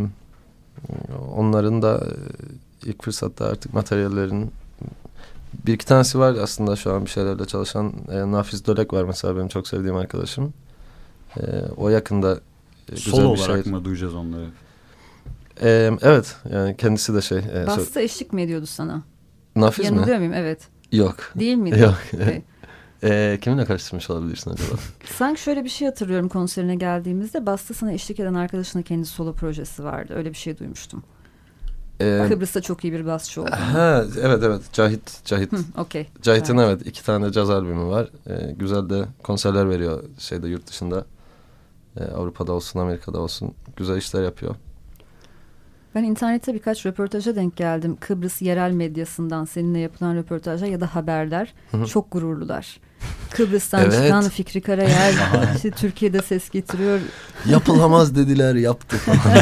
onların da ilk fırsatta artık materyallerin bir iki tanesi var aslında şu an bir şeylerle çalışan. E, Nafiz Dölek var mesela, benim çok sevdiğim arkadaşım. E, o yakında güzel Solo bir olarak şey. mı duyacağız onları? Ee, evet yani kendisi de şey. E, Basta eşlik mi ediyordu sana? Nafiz mi? Yanılıyor muyum? Evet. Yok. Değil miydi? Yok. Okay. e, kiminle karıştırmış olabilirsin acaba? Sanki şöyle bir şey hatırlıyorum, konserine geldiğimizde Basta sana eşlik eden arkadaşının kendi solo projesi vardı. Öyle bir şey duymuştum. Ee, Kıbrıs'ta çok iyi bir basçı oldu. Ha, evet evet Cahit. Cahit. Hı, okay. Cahit'in evet. evet iki tane caz albümü var. Ee, güzel de konserler veriyor şeyde, yurt dışında. Ee, Avrupa'da olsun, Amerika'da olsun. Güzel işler yapıyor. Ben internette birkaç röportaja denk geldim. Kıbrıs yerel medyasından seninle yapılan röportajlar ya da haberler. Hı-hı. Çok gururlular. Kıbrıs'tan evet. çıkan Fikri Karayel işte Türkiye'de ses getiriyor. Yapılamaz dediler, yaptık.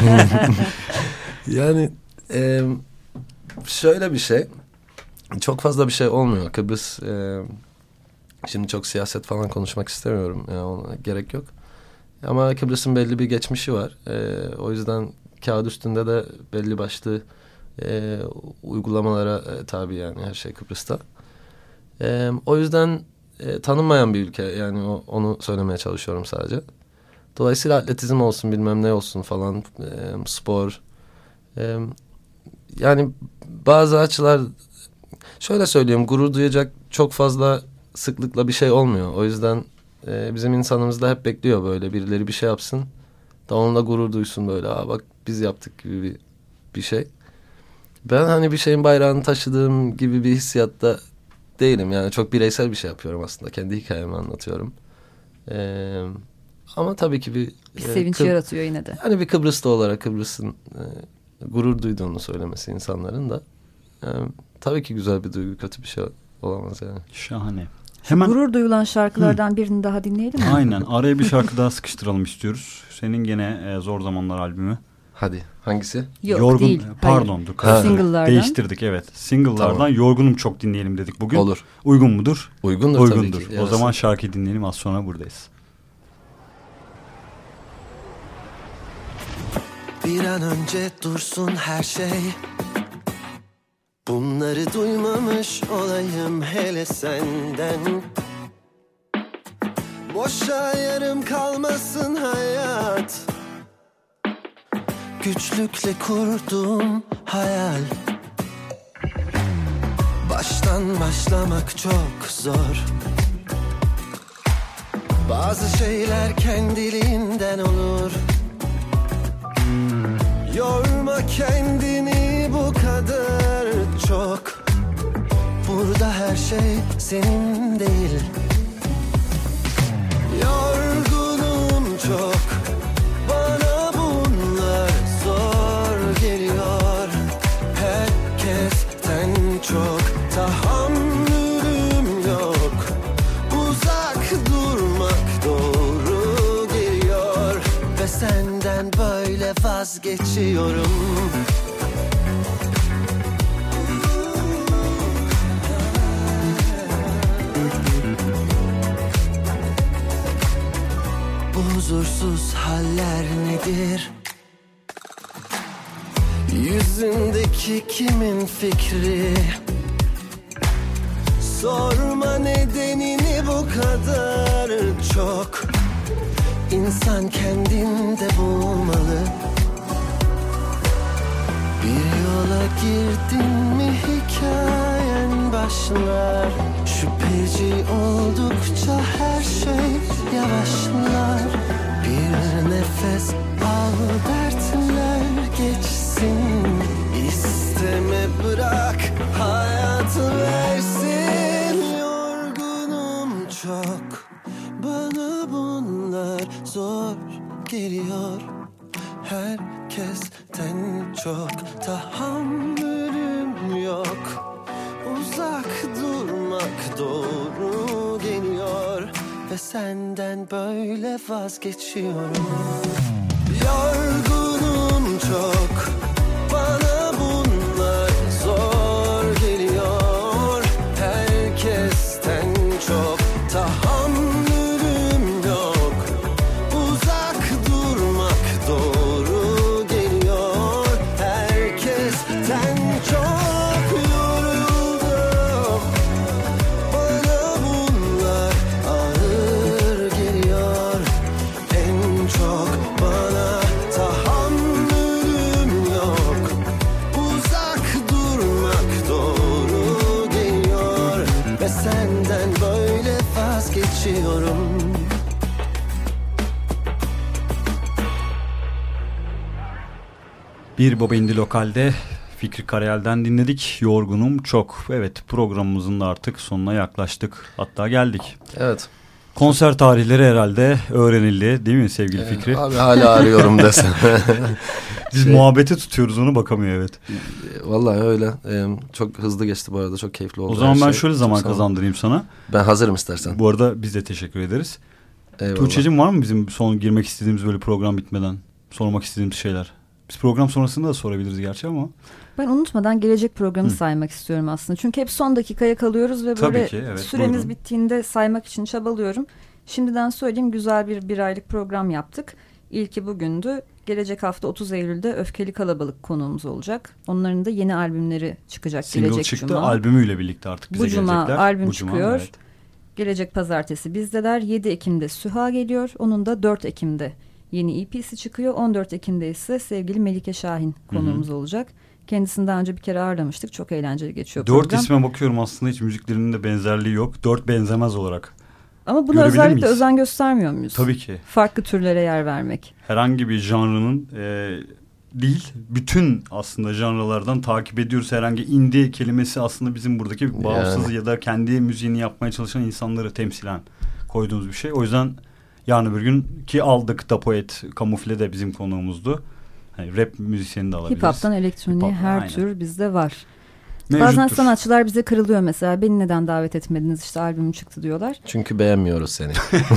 Yani e, şöyle bir şey. Çok fazla bir şey olmuyor. Kıbrıs e, şimdi çok siyaset falan konuşmak istemiyorum. Yani ona gerek yok. Ama Kıbrıs'ın belli bir geçmişi var. E, o yüzden kağıt üstünde de belli başlı e, uygulamalara e, tabi yani her şey Kıbrıs'ta. E, o yüzden e, tanınmayan bir ülke. Yani o, onu söylemeye çalışıyorum sadece. Dolayısıyla atletizm olsun, bilmem ne olsun falan, e, spor. E, yani bazı açılar, şöyle söyleyeyim, gurur duyacak çok fazla sıklıkla bir şey olmuyor. O yüzden e, bizim insanımız da hep bekliyor böyle birileri bir şey yapsın da onunla gurur duysun, böyle aa bak biz yaptık gibi bir, bir şey. Ben hani bir şeyin bayrağını taşıdığım gibi bir hissiyatta değilim. Yani çok bireysel bir şey yapıyorum aslında. Kendi hikayemi anlatıyorum. Ee, ama tabii ki bir... Bir e, sevinç Kıb- yaratıyor yine de. Yani bir Kıbrıslı olarak Kıbrıs'ın e, gurur duyduğunu söylemesi insanların da e, tabii ki güzel bir duygu, kötü bir şey olamaz yani. Şahane. Hemen... Gurur duyulan şarkılardan Hı. birini daha dinleyelim mi? Aynen. Araya bir şarkı daha sıkıştıralım istiyoruz. Senin gene e, Zor Zamanlar albümü. Hadi. Hangisi? Yok Yorgun, değil. Pardon. Dur, Single'lardan. Değiştirdik evet. Single'lardan tamam. Yorgunum çok dinleyelim dedik bugün. Olur. Uygun mudur? Uygundur, Uygundur. tabii ki. O zaman şarkıyı dinleyelim, az sonra buradayız. Bir an önce dursun her şey. Bunları duymamış olayım hele senden. Boşa yarım kalmasın hayat. Güçlükle kurduğum hayal. Baştan başlamak çok zor. Bazı şeyler kendiliğinden olur. Yorma kendini bu burada her şey senin değil. Yorgunum çok, bana bunlar zor geliyor. Herkesten çok tahammülüm yok. Uzak durmak doğru geliyor ve senden böyle vazgeçiyorum. Bu huzursuz haller nedir? Yüzündeki kimin fikri? Sorma nedenini bu kadar çok. İnsan kendinde bulmalı. Bir yola girdin mi hikayen başlar. Şüpheci oldukça her şey yavaşlar. Bir nefes al, dertler geçsin. İsteme, bırak hayat versin. Yorgunum çok, bana bunlar zor geliyor. Herkesten çok tahammülüm yok. Uzak durmak doğru geliyor ve senden böyle vazgeçiyorum. Yorgunum çok, bana bunlar zor geliyor. Herkesten çok tahammülüm yok. Uzak durmak doğru geliyor. Herkesten çok yoruldum. Bana bunlar ağır geliyor. En çok bana tahammülüm yok. Uzak durmak doğru geliyor ve senden böyle vazgeçiyorum. Bir Baba Indi Lokal'de Fikri Karayel'den dinledik. Yorgunum çok. Evet, programımızın da artık sonuna yaklaştık. Hatta geldik. Evet. Konser tarihleri herhalde öğrenildi değil mi sevgili Ee, Fikri? Abi hala arıyorum desem. Biz şey, muhabbeti tutuyoruz, onu bakamıyor evet. Vallahi öyle. Ee, çok hızlı geçti bu arada. Çok keyifli oldu. O zaman ben şey. şöyle zaman Çok kazandırayım sana. Ben hazırım istersen. Bu arada biz de teşekkür ederiz. Eyvallah. Tuğçe'cim, var mı bizim son girmek istediğimiz böyle program bitmeden sormak istediğimiz şeyler? Biz program sonrasında da sorabiliriz gerçi ama. Ben unutmadan gelecek programı Hı. saymak istiyorum aslında. Çünkü hep son dakikaya kalıyoruz ve Tabii böyle ki, evet, süremiz buyurun. bittiğinde saymak için çabalıyorum. Şimdiden söyleyeyim, güzel bir bir aylık program yaptık. İlki bugündü. Gelecek hafta otuz Eylül'de Öfkeli Kalabalık konuğumuz olacak. Onların da yeni albümleri çıkacak Single gelecek çıktı, cuma. albümüyle birlikte artık bize Bu cuma gelecekler. albüm Bu cuma, çıkıyor. evet. Gelecek pazartesi bizdeler. yedi Ekim'de Süha geliyor. Onun da dört Ekim'de yeni E P'si çıkıyor. on dört Ekim'de ise sevgili Melike Şahin konuğumuz Hı-hı. olacak. Kendisini daha önce bir kere ağırlamıştık. Çok eğlenceli geçiyor Dört program. isme bakıyorum, aslında hiç müziklerinin de benzerliği yok. Dört benzemez olarak. Ama buna Görebilir özellikle miyiz? özen göstermiyor muyuz? Tabii ki. Farklı türlere yer vermek. Herhangi bir janrının e, değil, bütün aslında janralardan takip ediyoruz. Herhangi indie kelimesi aslında bizim buradaki bağımsız Yani. ya da kendi müziğini yapmaya çalışan insanları temsilen koyduğumuz bir şey. O yüzden yarın öbür gün ki aldık da Poet Kamufle de bizim konuğumuzdu. Hani rap müzisyeni de alabiliriz. Hip hop'tan elektroniğe Hip hop, her aynen. tür bizde var. Mevcuttur. Bazen sanatçılar bize kırılıyor mesela. Beni neden davet etmediniz, işte albümüm çıktı diyorlar. Çünkü beğenmiyoruz seni.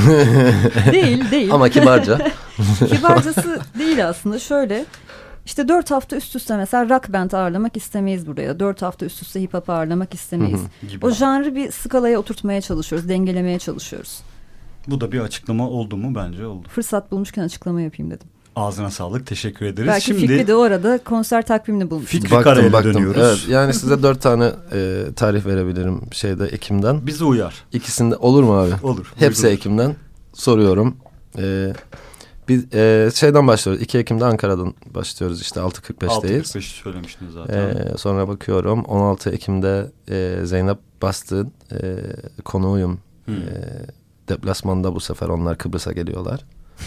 Değil değil. Ama kibarca. Kibarcası değil aslında. Şöyle işte dört hafta üst üste mesela rock band ağırlamak istemeyiz buraya. Dört hafta üst üste hip hop ağırlamak istemeyiz. gibi. O janrı bir skalaya oturtmaya çalışıyoruz. Dengelemeye çalışıyoruz. Bu da bir açıklama oldu mu? Bence oldu. Fırsat bulmuşken açıklama yapayım dedim. Ağzına sağlık. Teşekkür ederiz. Belki Şimdi Fikri de orada konser takvimini bulmuş. Fikri Baktım Karayel'e baktım. dönüyoruz. Evet, yani size dört tane e, tarih verebilirim şeyde Ekim'den. bize uyar. İkisinde olur mu abi? Olur. Hepsi Buyurun. Ekim'den. Soruyorum. Ee, biz e, şeyden başlıyoruz. iki Ekim'de Ankara'dan başlıyoruz, işte altı kırk beşteyiz. altı kırk beş söylemiştiniz zaten. Ee, sonra bakıyorum on altı Ekim'de e, Zeynep Bastın e, konuğuyum. Hmm. E, deplasmanda bu sefer onlar Kıbrıs'a geliyorlar.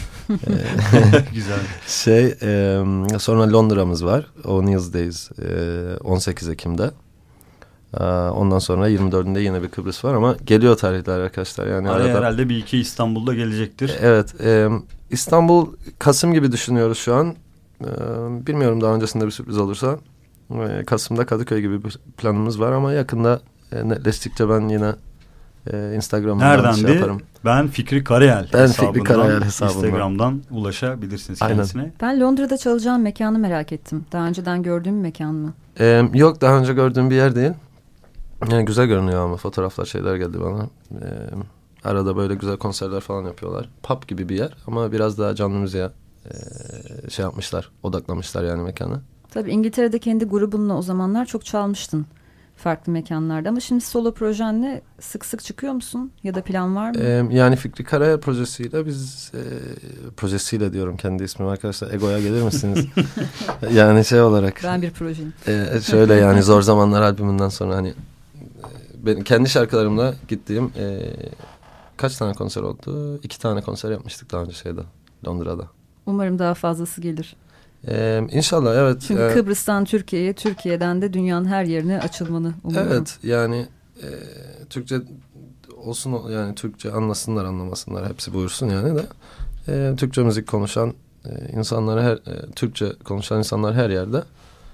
Güzel. Şey e, sonra Londra'mız var. O'Neill's'deyiz e, on sekiz Ekim'de. Ondan sonra yirmi dördünde yine bir Kıbrıs var ama geliyor tarihler arkadaşlar. Yani araya arada... herhalde bir iki İstanbul'da gelecektir. Evet. E, İstanbul Kasım gibi düşünüyoruz şu an. E, bilmiyorum daha öncesinde bir sürpriz olursa. E, Kasım'da Kadıköy gibi bir planımız var ama yakında e, netleştikçe ben yine e, Instagram'dan şey yaparım. Ben Fikri Karayel ben hesabından, Fikri Karayel hesabından Instagram'dan ulaşabilirsiniz Aynen. kendisine. Ben Londra'da çalacağım mekanı merak ettim. Daha önceden gördüğüm mekan mı? E, yok daha önce gördüğüm bir yer değil. Yani güzel görünüyor ama fotoğraflar şeyler geldi bana. E, arada böyle güzel konserler falan yapıyorlar. Pub gibi bir yer ama biraz daha canlı müziğe e, şey yapmışlar, odaklamışlar yani mekanı. Tabii İngiltere'de kendi grubunla o zamanlar çok çalmıştın farklı mekanlarda ama şimdi solo projenle sık sık çıkıyor musun ya da plan var mı? Ee, yani Fikri Karayel projesiyle biz e, projesiyle diyorum kendi ismim arkadaşlar Ego'ya gelir misiniz? Yani şey olarak. Ben bir projeyim. E, şöyle yani Zor Zamanlar albümünden sonra hani e, ben kendi şarkılarımla gittiğim e, kaç tane konser oldu? İki tane konser yapmıştık daha önce şeyde Londra'da. Umarım daha fazlası gelir. Ee, İnşallah evet. Çünkü ee, Kıbrıs'tan Türkiye'ye, Türkiye'den de dünyanın her yerine açılmanı umuyorum. Evet yani e, Türkçe olsun yani Türkçe anlasınlar anlamasınlar hepsi buyursun yani de e, Türkçe müzik konuşan e, insanları her e, Türkçe konuşan insanlar her yerde.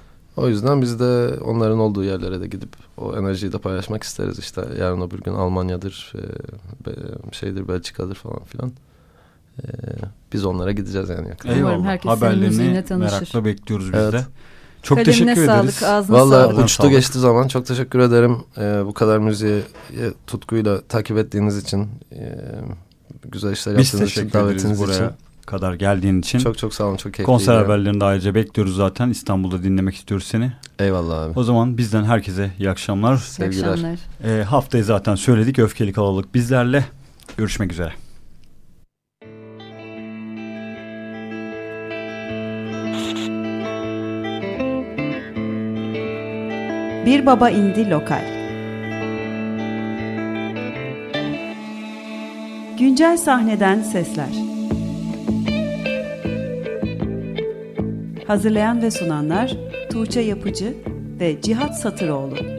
O yüzden biz de onların olduğu yerlere de gidip o enerjiyi de paylaşmak isteriz işte yarın öbür gün Almanya'dır e, be, şeydir Belçika'dır falan filan. Ee, biz onlara gideceğiz yani yakında. Eyvallah. Haberlerini merakla bekliyoruz biz evet. de. Çok Kalemine teşekkür sağlık, ederiz. ağzına Vallahi sağlık. uçtu sağlık. Geçti zaman. Çok teşekkür ederim. Ee, bu kadar müziği tutkuyla takip ettiğiniz için, e, güzel işler yaptığınız için, davetiniz buraya için. kadar geldiğin için. Çok çok sağ olun. Çok keyifliydi. Konser haberlerini de ayrıca bekliyoruz zaten. İstanbul'da dinlemek istiyoruz seni. Eyvallah abi. O zaman bizden herkese iyi akşamlar. Sevgiler. İyi akşamlar. Ee, haftayı zaten söyledik. Öfkeli Kalabalık bizlerle. Görüşmek üzere. Bir Baba İndi Lokal. Güncel sahneden sesler. Hazırlayan ve sunanlar Tuğçe Yapıcı ve Cihat Satıroğlu.